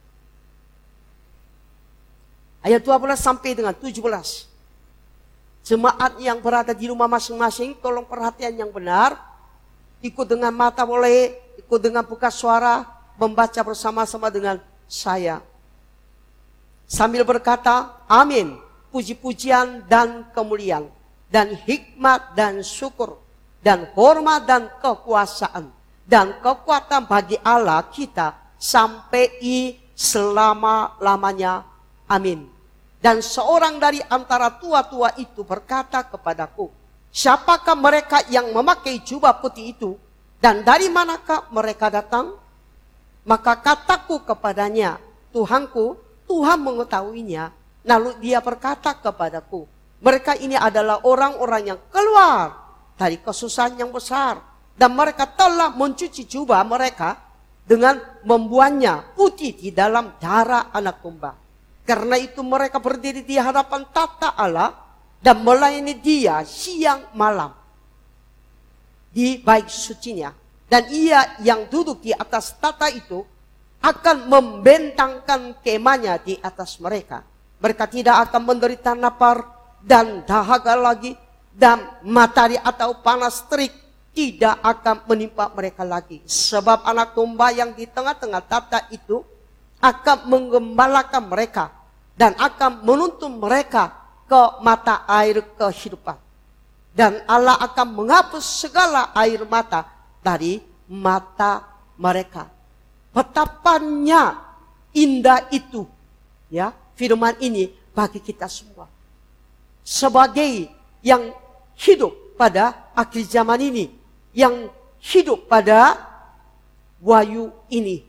Ayat 12 sampai dengan 17. Jemaat yang berada di rumah masing-masing, tolong perhatian yang benar. Ikut dengan mata boleh, ikut dengan buka suara, membaca bersama-sama dengan saya. Sambil berkata, amin. Puji-pujian dan kemuliaan, dan hikmat dan syukur, dan hormat dan kekuasaan, dan kekuatan bagi Allah kita sampai selama-lamanya. Amin. Dan seorang dari antara tua-tua itu berkata kepadaku, siapakah mereka yang memakai jubah putih itu? Dan dari manakah mereka datang? Maka kataku kepadanya, Tuhanku, Tuhan mengetahuinya. Lalu dia berkata kepadaku, mereka ini adalah orang-orang yang keluar dari kesusahan yang besar. Dan mereka telah mencuci jubah mereka dengan membuangnya putih di dalam darah anak domba. Karena itu mereka berdiri di hadapan tata Allah dan melayani dia siang malam di bait sucinya. Dan ia yang duduk di atas tata itu akan membentangkan kemahnya di atas mereka. Mereka tidak akan menderita lapar dan dahaga lagi, dan matahari atau panas terik tidak akan menimpa mereka lagi. Sebab anak domba yang di tengah-tengah tata itu akan menggembalakan mereka dan akan menuntun mereka ke mata air kehidupan. Dan Allah akan menghapus segala air mata dari mata mereka. Betapanya indah itu, ya, firman ini bagi kita semua. Sebagai yang hidup pada akhir zaman ini, yang hidup pada wahyu ini.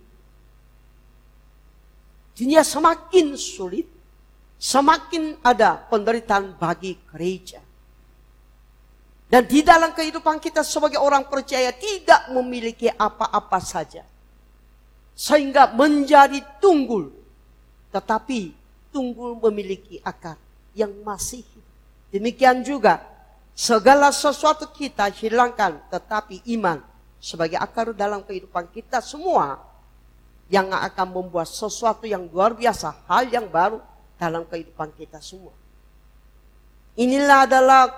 Dunia semakin sulit, semakin ada penderitaan bagi gereja. Dan di dalam kehidupan kita sebagai orang percaya tidak memiliki apa-apa saja. Sehingga menjadi tunggul. Tetapi tunggul memiliki akar yang masih hidup. Demikian juga segala sesuatu kita hilangkan, tetapi iman sebagai akar dalam kehidupan kita semua yang akan membuat sesuatu yang luar biasa, hal yang baru dalam kehidupan kita semua. Inilah adalah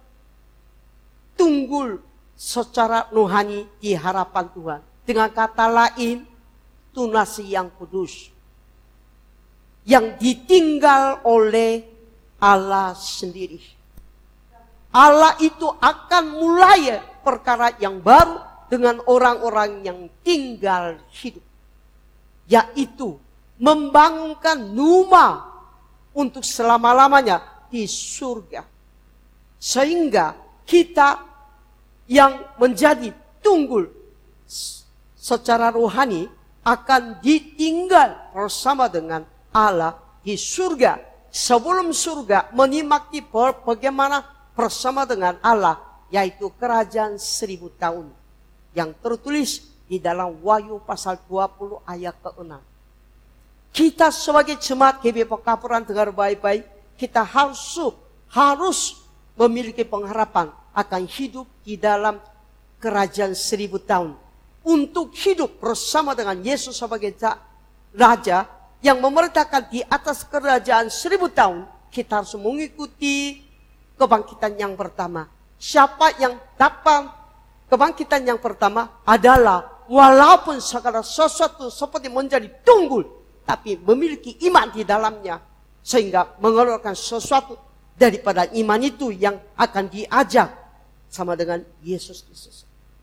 tunggul secara rohani di harapan Tuhan. Dengan kata lain, tunas yang kudus. Yang ditinggal oleh Allah sendiri. Allah itu akan mulai perkara yang baru dengan orang-orang yang tinggal hidup. Yaitu membangunkan rumah untuk selama-lamanya di surga. Sehingga kita yang menjadi tunggul secara rohani akan ditinggal bersama dengan Allah di surga. Sebelum surga menikmati bagaimana bersama dengan Allah, yaitu kerajaan 1000 tahun. Yang tertulis di dalam Wahyu pasal 20 ayat ke-6. Kita sebagai jemaat GBI Pekapuran dengar baik-baik, kita harus memiliki pengharapan akan hidup di dalam kerajaan 1000 tahun. Untuk hidup bersama dengan Yesus sebagai Raja yang memerintahkan di atas kerajaan 1000 tahun, kita harus mengikuti kebangkitan yang pertama. Siapa yang dapat kebangkitan yang pertama adalah walaupun segala sesuatu seperti menjadi tunggul, tapi memiliki iman di dalamnya. Sehingga mengeluarkan sesuatu daripada iman itu yang akan diajak sama dengan Yesus Kristus.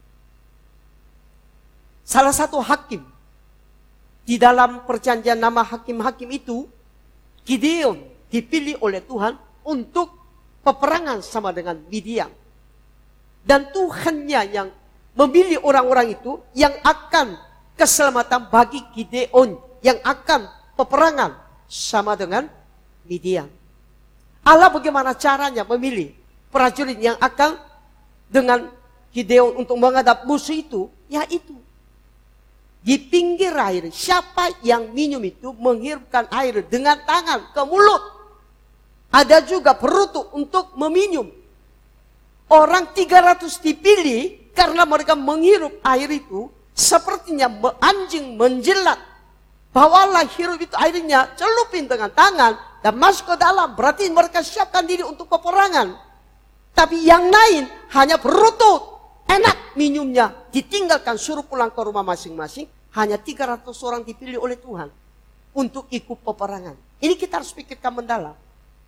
Salah satu hakim di dalam perjanjian nama hakim-hakim itu, Gideon dipilih oleh Tuhan untuk peperangan sama dengan Midian. Dan Tuhannya yang memilih orang-orang itu yang akan keselamatan bagi Gideon, yang akan peperangan sama dengan Midian. Allah bagaimana caranya memilih prajurit yang akan dengan Gideon untuk menghadap musuh itu, yaitu di pinggir air, siapa yang minum itu menghirupkan air dengan tangan ke mulut. Ada juga perutuk untuk meminum. Orang 300 dipilih karena mereka menghirup air itu sepertinya anjing menjilat. Bawalah hirup itu airnya, celupin dengan tangan dan masuk ke dalam. Berarti mereka siapkan diri untuk peperangan. Tapi yang lain hanya perutut. Enak minumnya, ditinggalkan suruh pulang ke rumah masing-masing. Hanya 300 orang dipilih oleh Tuhan untuk ikut peperangan. Ini kita harus pikirkan mendalam.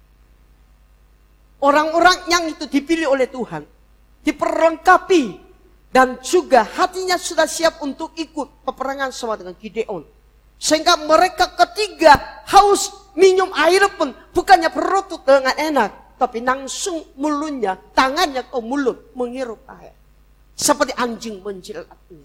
Orang-orang yang itu dipilih oleh Tuhan, diperlengkapi dan juga hatinya sudah siap untuk ikut peperangan sama dengan Gideon. Sehingga mereka ketiga haus minum air pun bukannya perutut dengan enak, tapi langsung mulutnya, tangannya ke mulut menghirup air. Seperti anjing menjilatnya.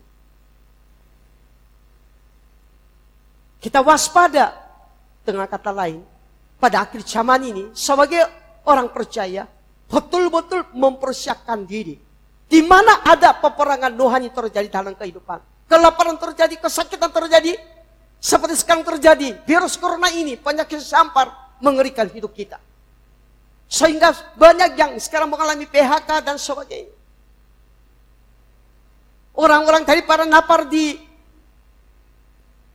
Kita waspada, dengan kata lain, pada akhir zaman ini sebagai orang percaya betul-betul mempersiapkan diri. Di mana ada peperangan rohani terjadi dalam kehidupan. Kelaparan terjadi, kesakitan terjadi. Seperti sekarang terjadi, virus corona ini, penyakit sampar mengerikan hidup kita. Sehingga banyak yang sekarang mengalami PHK dan sebagainya. Orang-orang daripada napar di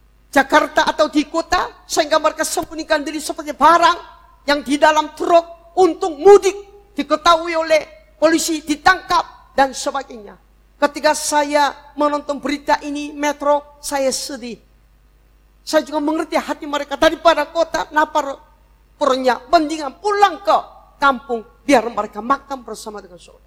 Jakarta atau di kota, sehingga mereka sembunyikan diri seperti barang yang di dalam truk Untung mudik, diketahui oleh polisi, ditangkap, dan sebagainya. Ketika saya menonton berita ini, Metro, saya sedih. Saya juga mengerti hati mereka. Daripada kota, napar pernya, mendingan pulang ke kampung, biar mereka makan bersama dengan saudara.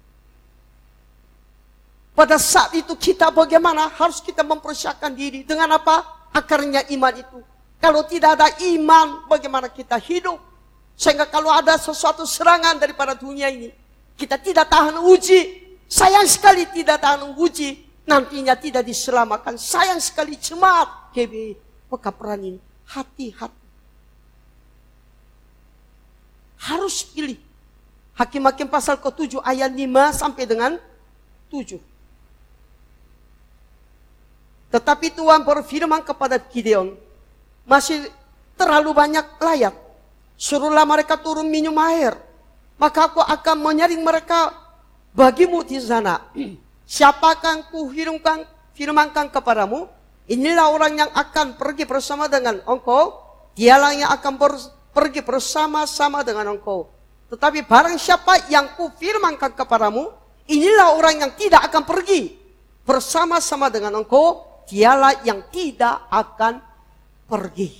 Pada saat itu kita bagaimana? Harus kita mempersiapkan diri. Dengan apa? Akarnya iman itu. Kalau tidak ada iman, bagaimana kita hidup? Sehingga kalau ada sesuatu serangan daripada dunia ini, kita tidak tahan uji. Sayang sekali tidak tahan uji, nantinya tidak diselamatkan. Sayang sekali jemaat GBI. Maka peran ini, hati-hati. Harus pilih. Hakim-Hakim pasal ke-7 ayat 5 sampai dengan 7. Tetapi Tuhan berfirman kepada Gideon, masih terlalu banyak layak. Suruhlah mereka turun minum air. Maka aku akan menyaring mereka bagimu di sana. Siapakah ku firmankan kepadamu? Inilah orang yang akan pergi bersama dengan engkau. Dialah yang akan pergi bersama-sama dengan engkau. Tetapi barang siapa yang ku firmankan kepadamu, inilah orang yang tidak akan pergi bersama-sama dengan engkau. Dialah yang tidak akan pergi.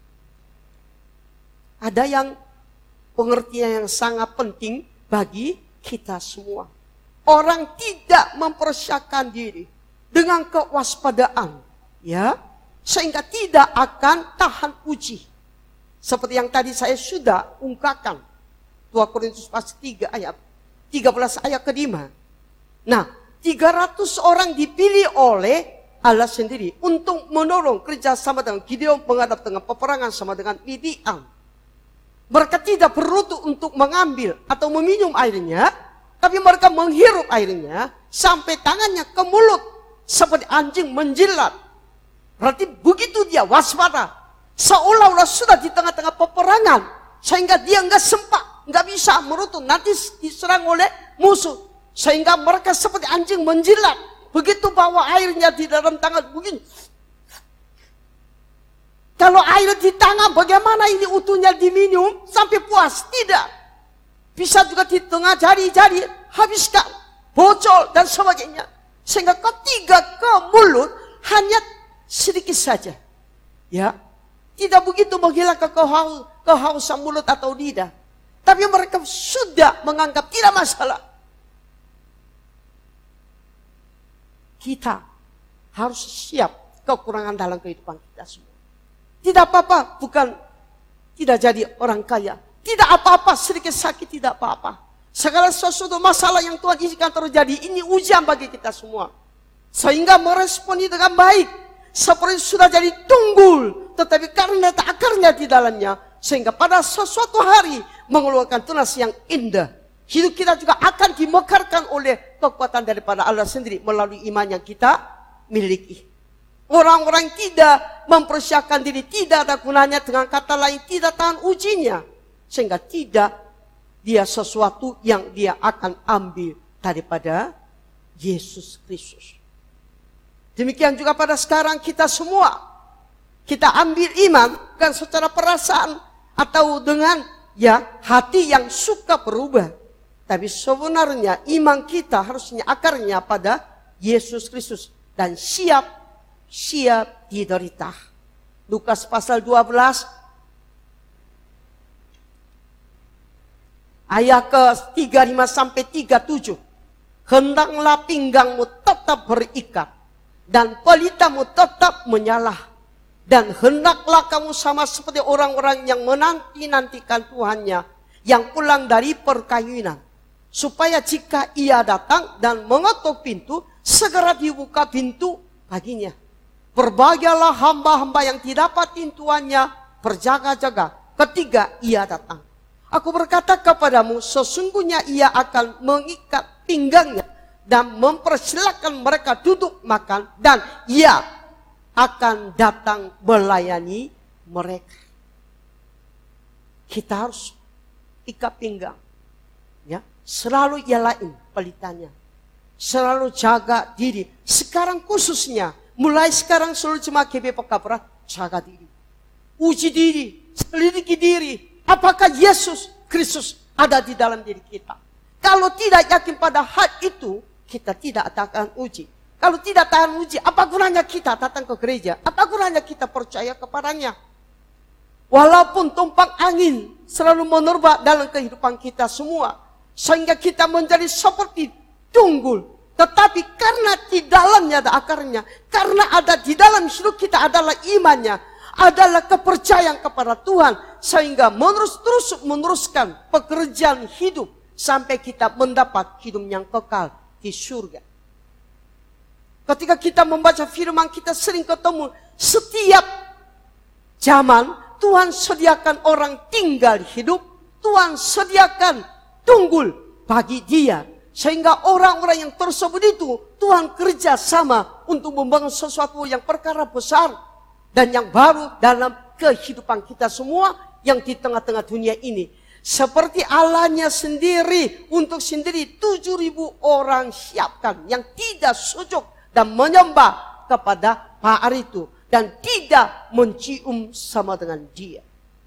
Ada yang pengertian yang sangat penting bagi kita semua. Orang tidak mempersiapkan diri dengan kewaspadaan, ya, sehingga tidak akan tahan uji. Seperti yang tadi saya sudah ungkapkan, 2 Korintus pasal 3 ayat 13 ayat ke-5. Nah, 300 orang dipilih oleh Allah sendiri untuk menolong kerjasama dengan Gideon menghadap dengan peperangan sama dengan Midian. Mereka tidak berlutut untuk mengambil atau meminum airnya, tapi mereka menghirup airnya sampai tangannya ke mulut seperti anjing menjilat. Berarti begitu dia waspada, seolah-olah sudah di tengah-tengah peperangan, sehingga dia nggak sempat, nggak bisa merutut, nanti diserang oleh musuh, sehingga mereka seperti anjing menjilat. Begitu bawa airnya di dalam tangan, begini. Kalau air di tangan, bagaimana ini utuhnya diminum sampai puas? Tidak. Bisa juga di tengah jari-jari, habiskan, bocor, dan sebagainya. Sehingga ketiga ke mulut, hanya sedikit saja. Ya, tidak begitu menghilangkan kehausan mulut atau lidah. Tapi mereka sudah menganggap tidak masalah. Kita harus siap kekurangan dalam kehidupan kita semua. Tidak apa-apa, bukan tidak jadi orang kaya. Tidak apa-apa, sedikit sakit tidak apa-apa. Segala sesuatu masalah yang Tuhan izinkan terjadi, ini ujian bagi kita semua. Sehingga meresponi dengan baik. Seperti sudah jadi tunggul, tetapi karena tak akarnya di dalamnya, sehingga pada sesuatu hari mengeluarkan tunas yang indah. Hidup kita juga akan dimekarkan oleh kekuatan daripada Allah sendiri melalui iman yang kita miliki. Orang-orang tidak mempersiapkan diri, tidak ada gunanya, dengan kata lain tidak tahan ujinya. Sehingga tidak dia sesuatu yang dia akan ambil daripada Yesus Kristus. Demikian juga pada sekarang kita semua. Kita ambil iman bukan secara perasaan atau dengan hati yang suka berubah. Tapi sebenarnya iman kita harusnya akarnya pada Yesus Kristus. Dan siap diderita. Lukas pasal 12 ayat ke-35 sampai 37. Hendaklah pinggangmu tetap berikat dan pelitamu tetap menyala. Dan hendaklah kamu sama seperti orang-orang yang menanti-nantikan Tuhannya yang pulang dari perkawinan. Supaya jika ia datang dan mengetuk pintu, segera dibuka pintu baginya. Berbahagialah hamba-hamba yang didapatin tuannya berjaga-jaga ketika ia datang. Aku berkata kepadamu, sesungguhnya ia akan mengikat pinggangnya dan mempersilahkan mereka duduk makan, dan ia akan datang melayani mereka. Kita harus ikat pinggang. Ya, selalu nyalain pelitannya. Selalu jaga diri. Sekarang khususnya, mulai sekarang seluruh jemaat GBI Pekabra, jaga diri. Uji diri, selidiki diri. Apakah Yesus Kristus ada di dalam diri kita. Kalau tidak yakin pada hal itu, kita tidak akan uji. Kalau tidak tahan uji, apa gunanya kita datang ke gereja? Apa gunanya kita percaya kepadanya? Walaupun tumpang angin selalu menerba dalam kehidupan kita semua, sehingga kita menjadi seperti tunggul. Tetapi karena di dalamnya ada akarnya, karena ada di dalam hidup kita adalah imannya, adalah kepercayaan kepada Tuhan, sehingga terus meneruskan pekerjaan hidup sampai kita mendapat hidup yang kekal di surga. Ketika kita membaca firman, kita sering ketemu setiap zaman Tuhan sediakan orang tinggal hidup, Tuhan sediakan tunggul bagi dia. Sehingga orang-orang yang tersebut itu Tuhan kerja sama untuk membangun sesuatu yang perkara besar dan yang baru dalam kehidupan kita semua yang di tengah-tengah dunia ini. Seperti Allahnya sendiri untuk sendiri 7.000 orang siapkan yang tidak sujud dan menyembah kepada Baal itu dan tidak mencium sama dengan dia.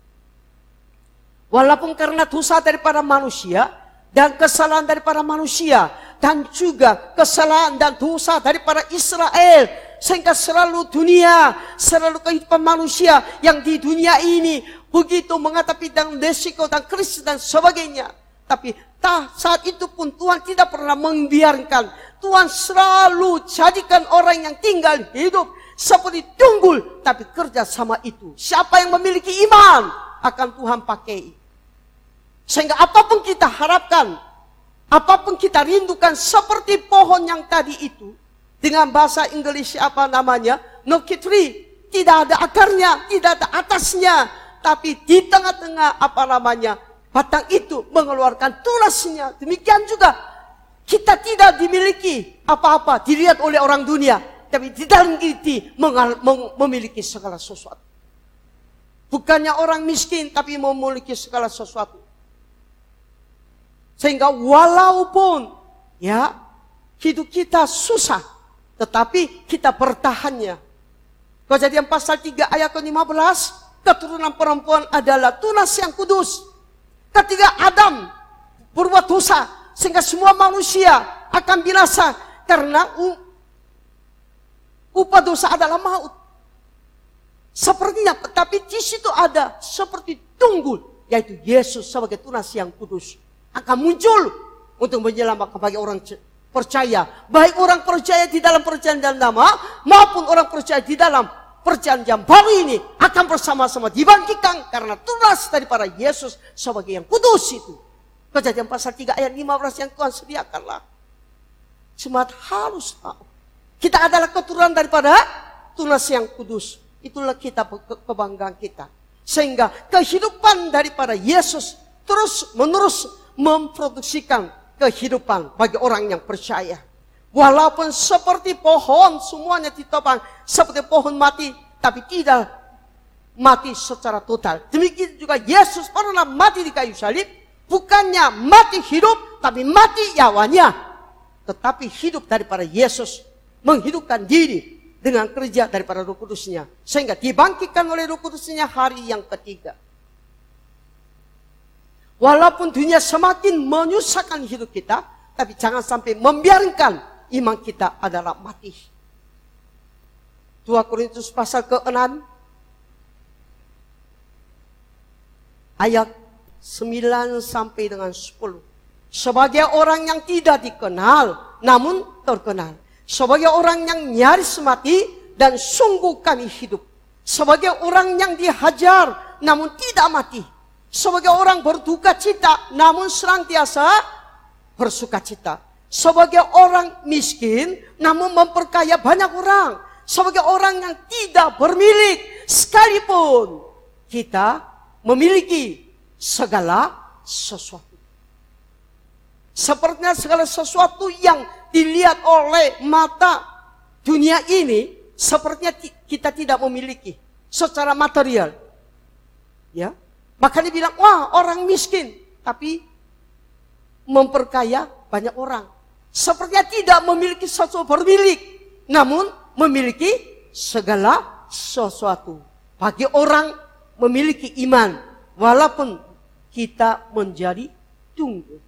Walaupun karena dosa daripada manusia dan kesalahan daripada manusia, dan juga kesalahan dan dosa daripada Israel, sehingga selalu kehidupan manusia yang di dunia ini begitu menghadapi dengan resiko dan krisis dan sebagainya. Tapi saat itu pun Tuhan tidak pernah membiarkan. Tuhan selalu jadikan orang yang tinggal hidup seperti tunggul, tapi kerja sama itu. Siapa yang memiliki iman akan Tuhan pakai. Sehingga apapun kita harapkan, apapun kita rindukan seperti pohon yang tadi itu, dengan bahasa Inggris apa namanya, Noki tree, tidak ada akarnya, tidak ada atasnya, tapi di tengah-tengah apa namanya, batang itu mengeluarkan tulasnya. Demikian juga kita tidak dimiliki apa-apa, dilihat oleh orang dunia, tapi di dalam diri memiliki segala sesuatu. Bukannya orang miskin, tapi memiliki segala sesuatu. Sehingga walaupun hidup kita susah, tetapi kita bertahannya. Kejadian pasal 3 ayat ke-15, keturunan perempuan adalah tunas yang kudus. Ketika Adam berbuat dosa, sehingga semua manusia akan binasa karena upah dosa adalah maut. Sepertinya, tetapi di situ ada seperti tunggul, yaitu Yesus sebagai tunas yang kudus akan muncul untuk menyelamatkan bagi orang percaya. Baik orang percaya di dalam perjanjian lama maupun orang percaya di dalam perjanjian baru ini akan bersama-sama dibangkitkan karena tunas daripada Yesus sebagai yang kudus itu. Kejadian pasal 3 ayat 15 yang Tuhan sediakanlah. Jemaat harus tahu. Kita adalah keturunan daripada tunas yang kudus. Itulah kita kebanggaan kita. Sehingga kehidupan daripada Yesus terus menerus memproduksikan kehidupan bagi orang yang percaya. Walaupun seperti pohon semuanya ditopang seperti pohon mati, tapi tidak mati secara total. Demikian juga Yesus pernah mati di kayu salib, bukannya mati hidup, tapi mati nyawanya. Tetapi hidup daripada Yesus menghidupkan diri dengan kerja daripada Roh Kudusnya, sehingga dibangkitkan oleh Roh Kudusnya hari yang ketiga. Walaupun dunia semakin menyusahkan hidup kita, tapi jangan sampai membiarkan iman kita adalah mati. 2 Korintus pasal ke-6 ayat 9 sampai dengan 10. Sebagai orang yang tidak dikenal, namun terkenal. Sebagai orang yang nyaris mati dan sungguh kami hidup. Sebagai orang yang dihajar, namun tidak mati. Sebagai orang berduka cita, namun senantiasa bersuka cita. Sebagai orang miskin, namun memperkaya banyak orang. Sebagai orang yang tidak bermilik, sekalipun kita memiliki segala sesuatu. Sepertinya segala sesuatu yang dilihat oleh mata dunia ini, sepertinya kita tidak memiliki secara material. Ya. Makanya bilang, wah orang miskin, tapi memperkaya banyak orang. Sepertinya tidak memiliki sesuatu bermilik, namun memiliki segala sesuatu. Bagi orang memiliki iman, walaupun kita menjadi tunggu.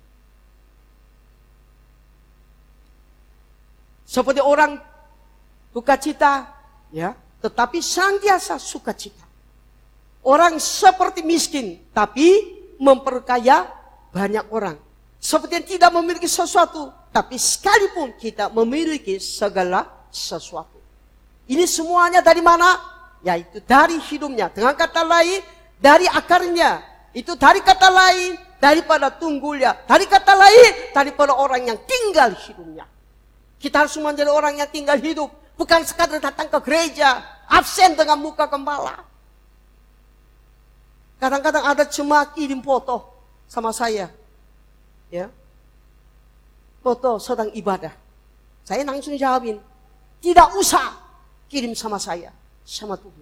Seperti orang sukacita, ya, tetapi senantiasa sukacita. Orang seperti miskin, tapi memperkaya banyak orang. Seperti yang tidak memiliki sesuatu, tapi sekalipun kita memiliki segala sesuatu. Ini semuanya dari mana? Yaitu dari hidupnya. Dengan kata lain, dari akarnya. Itu dari kata lain, daripada tunggulnya. Dari kata lain, daripada orang yang tinggal hidupnya. Kita harus menjadi orang yang tinggal hidup. Bukan sekadar datang ke gereja, absen dengan muka gembala. Kadang-kadang ada jemaat kirim foto sama saya. Ya, foto sedang ibadah. Saya langsung jawabin, tidak usah kirim sama saya, sama Tuhan.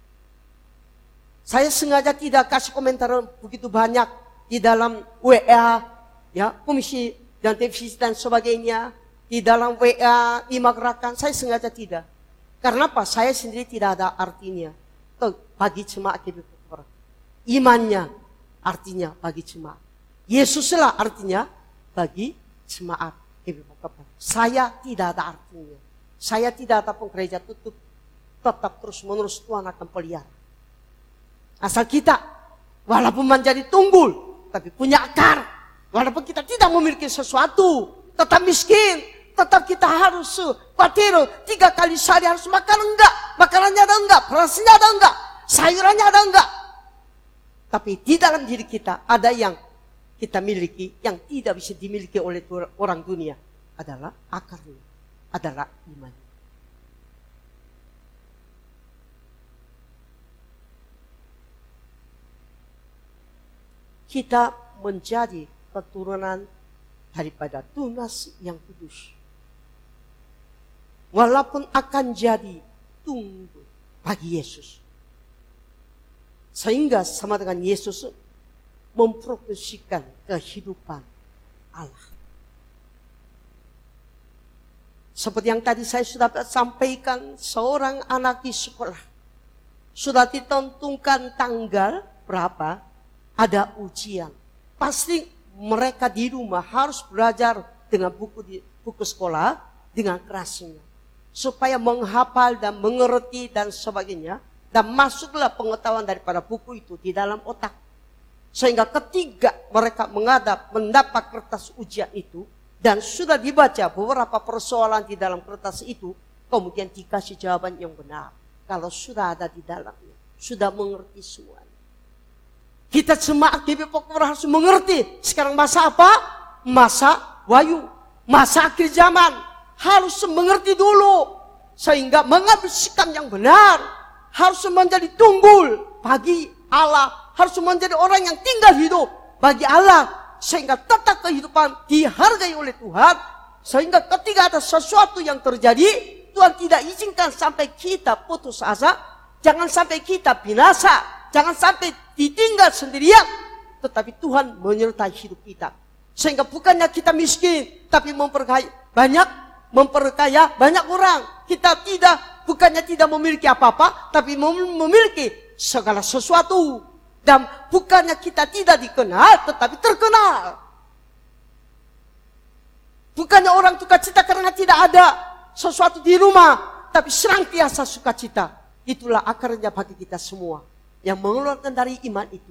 Saya sengaja tidak kasih komentar begitu banyak di dalam WA, ya, komisi dan televisi dan sebagainya. Di dalam WA, imagerakan, saya sengaja tidak. Karena apa? Saya sendiri tidak ada artinya bagi jemaat GBI Pokok. Imannya artinya bagi jemaat. Yesuslah artinya bagi jemaat GBI Pokok. Saya tidak ada artinya. Saya tidak ada pun gereja tutup. Tetap terus menerus Tuhan akan pelihara. Asal kita walaupun menjadi tunggul, tapi punya akar. Walaupun kita tidak memiliki sesuatu, tetap miskin. Tetap kita harus patiro 3 kali sehari harus makan enggak, makanannya ada enggak, berasnya ada enggak, sayurannya ada enggak. Tapi di dalam diri kita ada yang kita miliki yang tidak bisa dimiliki oleh orang dunia, adalah akarnya, adalah iman. Kita menjadi keturunan daripada tunas yang kudus. Walaupun akan jadi tunggu bagi Yesus. Sehingga sama dengan Yesus memproduksikan kehidupan Allah. Seperti yang tadi saya sudah sampaikan, seorang anak di sekolah sudah ditentukan tanggal berapa ada ujian. Pasti mereka di rumah harus belajar dengan buku sekolah dengan kerasnya. Supaya menghafal dan mengerti dan sebagainya. Dan masuklah pengetahuan daripada buku itu di dalam otak. Sehingga ketika mereka mendapat kertas ujian itu. Dan sudah dibaca beberapa persoalan di dalam kertas itu. Kemudian dikasih jawaban yang benar. Kalau sudah ada di dalamnya. Sudah mengerti semuanya. Kita jemaat GBI Pokok harus mengerti. Sekarang masa apa? Masa Wahyu. Masa akhir zaman. Harus mengerti dulu. Sehingga mengambil sikap yang benar. Harus menjadi tunggul bagi Allah. Harus menjadi orang yang tinggal hidup bagi Allah. Sehingga tetap kehidupan dihargai oleh Tuhan. Sehingga ketika ada sesuatu yang terjadi, Tuhan tidak izinkan sampai kita putus asa. Jangan sampai kita binasa. Jangan sampai ditinggal sendirian. Tetapi Tuhan menyertai hidup kita. Sehingga bukannya kita miskin, tapi memperkaya banyak orang. Kita bukannya tidak memiliki apa-apa, tapi memiliki segala sesuatu. Dan bukannya kita tidak dikenal, tetapi terkenal. Bukannya orang sukacita karena tidak ada sesuatu di rumah, tapi senantiasa sukacita. Itulah akarnya bagi kita semua. Yang mengeluarkan dari iman itu.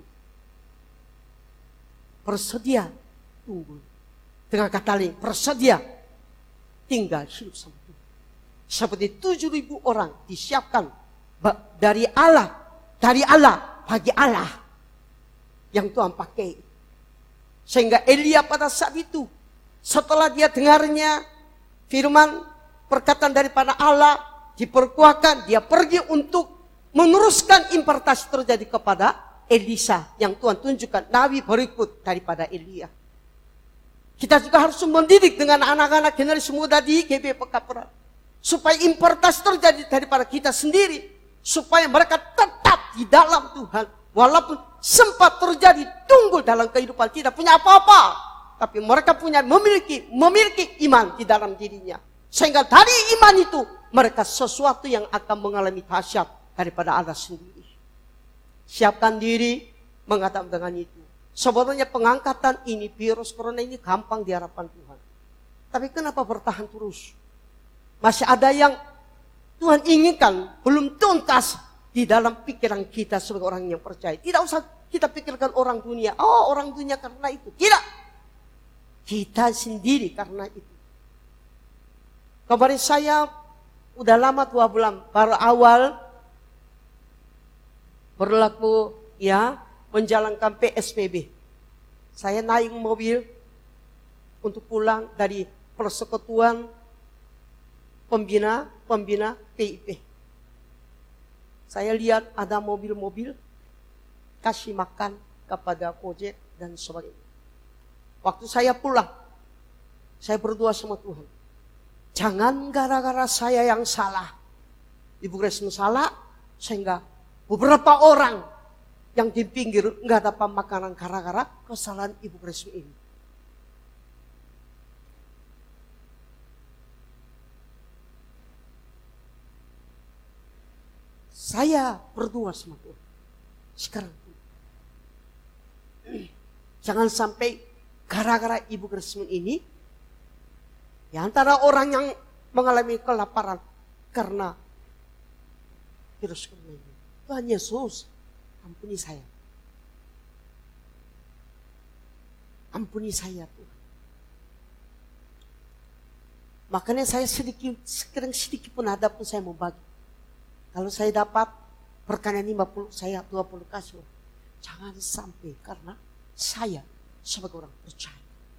Bersedia tunggu. Dengan kata lain, bersedia tinggal hidup sama Tuhan. Seperti 7.000 orang disiapkan dari Allah bagi Allah yang Tuhan pakai. Sehingga Elia pada saat itu, setelah dia dengarnya firman perkataan daripada Allah, diperkuatkan, dia pergi untuk meneruskan impartasi terjadi kepada Elisa yang Tuhan tunjukkan nabi berikut daripada Elia. Kita juga harus mendidik dengan anak-anak generasi muda di GBI Pekapura. Supaya impartasi terjadi daripada kita sendiri. Supaya mereka tetap di dalam Tuhan. Walaupun sempat terjadi tunggul dalam kehidupan, tidak punya apa-apa. Tapi mereka memiliki iman di dalam dirinya. Sehingga dari iman itu, mereka sesuatu yang akan mengalami dahsyat daripada Allah sendiri. Siapkan diri mengatakan dengan itu. Sebenarnya pengangkatan ini, virus corona ini gampang di hadapan Tuhan. Tapi kenapa bertahan terus? Masih ada yang Tuhan inginkan, belum tuntas di dalam pikiran kita sebagai orang yang percaya. Tidak usah kita pikirkan orang dunia. Oh, orang dunia karena itu. Tidak. Kita sendiri karena itu. Kemarin saya udah lama 2 bulan, baru awal berlaku ya menjalankan PSBB. Saya naik mobil untuk pulang dari persekutuan pembina PIP. Saya lihat ada mobil-mobil kasih makan kepada Gojek dan sebagainya. Waktu saya pulang, saya berdoa sama Tuhan. Jangan gara-gara saya yang salah, Ibu Grace salah, sehingga beberapa orang yang di pinggir nggak dapat makanan gara-gara kesalahan Ibu Grace ini. Saya berdoa sama Tuhan. Sekarang jangan sampai gara-gara Ibu Gresmin ini, di antara orang yang mengalami kelaparan karena virus corona ini. Tuhan Yesus, ampuni saya. Ampuni saya Tuhan. Makanya saya sedikit pun ada pun saya mau bagi. Kalau saya dapat berkahnya 50, saya 20 kasih. Jangan sampai karena saya sebagai orang percaya.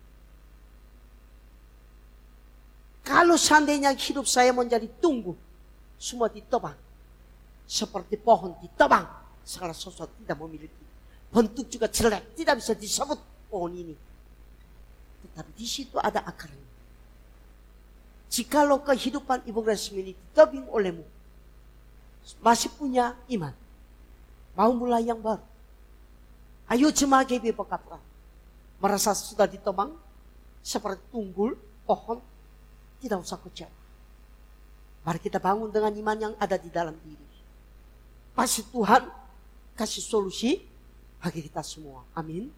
Kalau seandainya hidup saya menjadi tunggu, semua ditebang. Seperti pohon ditebang, segala sesuatu tidak memiliki. Bentuk juga jelek, tidak bisa disebut pohon ini. Tetapi di situ ada akarnya. Jikalau kehidupan Ibu Gresmin ini ditebing olehmu, masih punya iman, mau mulai yang baru. Ayo jemaah GB Pekapra, merasa sudah ditebang seperti tunggul pohon, tidak usah kecewa. Mari kita bangun dengan iman yang ada di dalam diri. Pasti Tuhan kasih solusi bagi kita semua. Amin.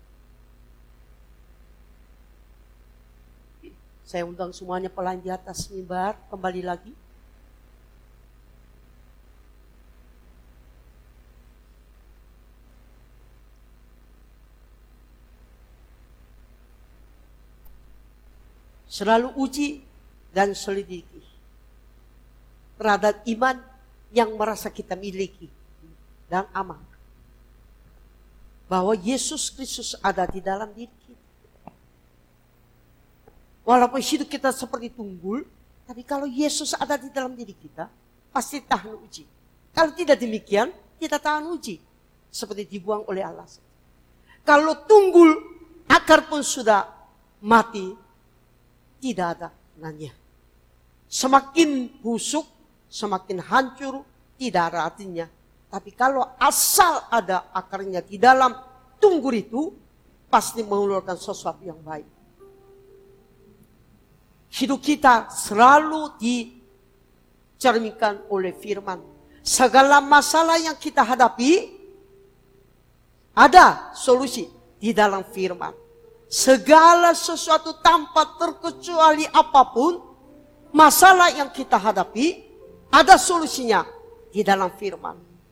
Saya undang semuanya pelayan di atas mimbar kembali lagi. Selalu uji dan selidiki terhadap iman yang merasa kita miliki dan aman. Bahwa Yesus Kristus ada di dalam diri kita. Walaupun hidup kita seperti tunggul, tapi kalau Yesus ada di dalam diri kita, pasti tahan uji. Kalau tidak demikian, kita tahan uji. Seperti dibuang oleh Allah. Kalau tunggul, akar pun sudah mati, tidak ada gunanya. Semakin busuk, semakin hancur, tidak ada artinya. Tapi kalau asal ada akarnya di dalam tunggul itu, pasti mengeluarkan sesuatu yang baik. Hidup kita selalu dicerminkan oleh firman. Segala masalah yang kita hadapi, ada solusi di dalam firman. Segala sesuatu tanpa terkecuali apapun, masalah yang kita hadapi, ada solusinya di dalam firman.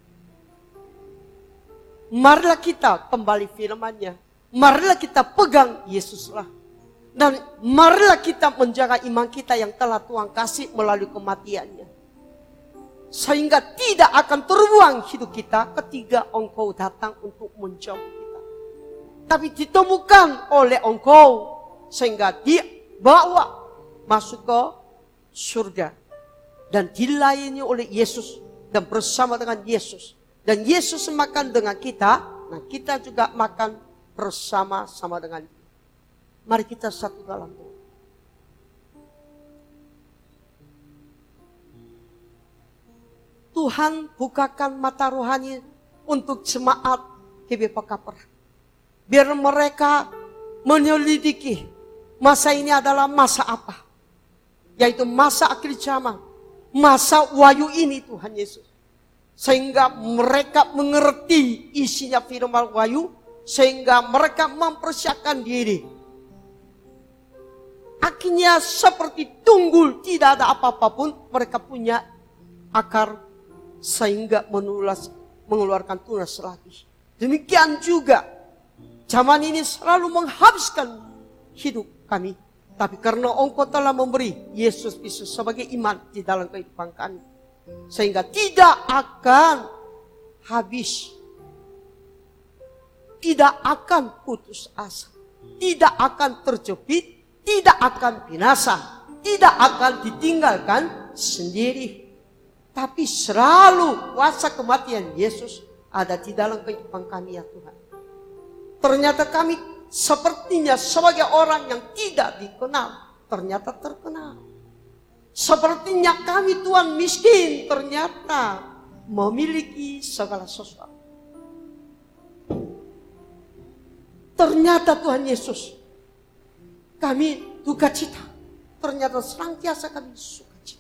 Marilah kita kembali firman-Nya. Marilah kita pegang Yesuslah. Dan marilah kita menjaga iman kita yang telah Tuhan kasih melalui kematian-Nya. Sehingga tidak akan terbuang hidup kita ketika Engkau datang untuk menjemput kita. Tapi ditemukan oleh Engkau sehingga dibawa masuk ke surga. Dan dilayani oleh Yesus dan bersama dengan Yesus. Dan Yesus makan dengan kita, nah kita juga makan bersama-sama dengan Dia. Mari kita satu dalam doa. Tuhan bukakan mata rohani untuk jemaat GB Pekapra. Biar mereka menyelidiki masa ini adalah masa apa. Yaitu masa akhir zaman. Masa wahyu ini Tuhan Yesus. Sehingga mereka mengerti isinya firman wahyu. sehingga mereka mempersiapkan diri. Akhirnya seperti tunggul, tidak ada apa-apa pun, mereka punya akar sehingga mengeluarkan tunas lagi. Demikian juga zaman ini selalu menghabiskan hidup kami. Tapi karena Engkau telah memberi Yesus Kristus sebagai iman di dalam kehidupan kami, sehingga tidak akan habis, tidak akan putus asa, tidak akan terjepit, tidak akan binasa, tidak akan ditinggalkan sendiri. Tapi selalu kuasa kematian Yesus ada di dalam kehidupan kami ya Tuhan. Ternyata kami sepertinya sebagai orang yang tidak dikenal, ternyata terkenal. Sepertinya kami Tuhan miskin, ternyata memiliki segala sesuatu. Ternyata Tuhan Yesus, kami duka cita, ternyata senantiasa kami sukacita.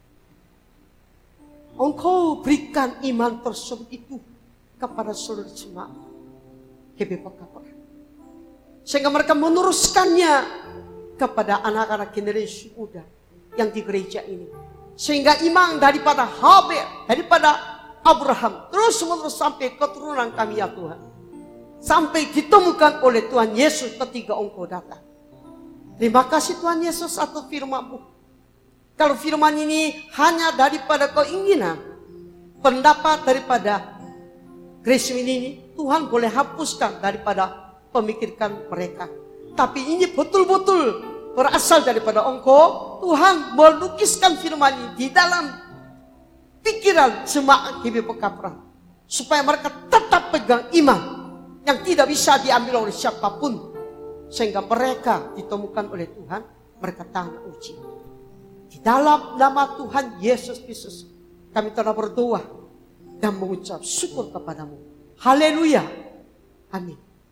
Engkau berikan iman tersebut itu kepada seluruh jemaat GBPK, sehingga mereka meneruskannya kepada anak-anak generasi muda yang di gereja ini. Sehingga iman daripada Habel, daripada Abraham, terus menerus sampai keturunan kami ya Tuhan. Sampai ditemukan oleh Tuhan Yesus ketika Engkau datang. Terima kasih Tuhan Yesus atas firman-Mu. Kalau firman ini hanya daripada keinginan, pendapat daripada Grace ini, Tuhan boleh hapuskan daripada pemikirkan mereka. Tapi ini betul-betul berasal daripada Engkau. Tuhan melukiskan firman ini di dalam pikiran jemaat GBPK Pram, supaya mereka tetap pegang iman yang tidak bisa diambil oleh siapapun, sehingga mereka ditemukan oleh Tuhan, mereka tahan uji. Di dalam nama Tuhan Yesus Kristus kami telah berdoa dan mengucap syukur kepadamu. Haleluya. Amin.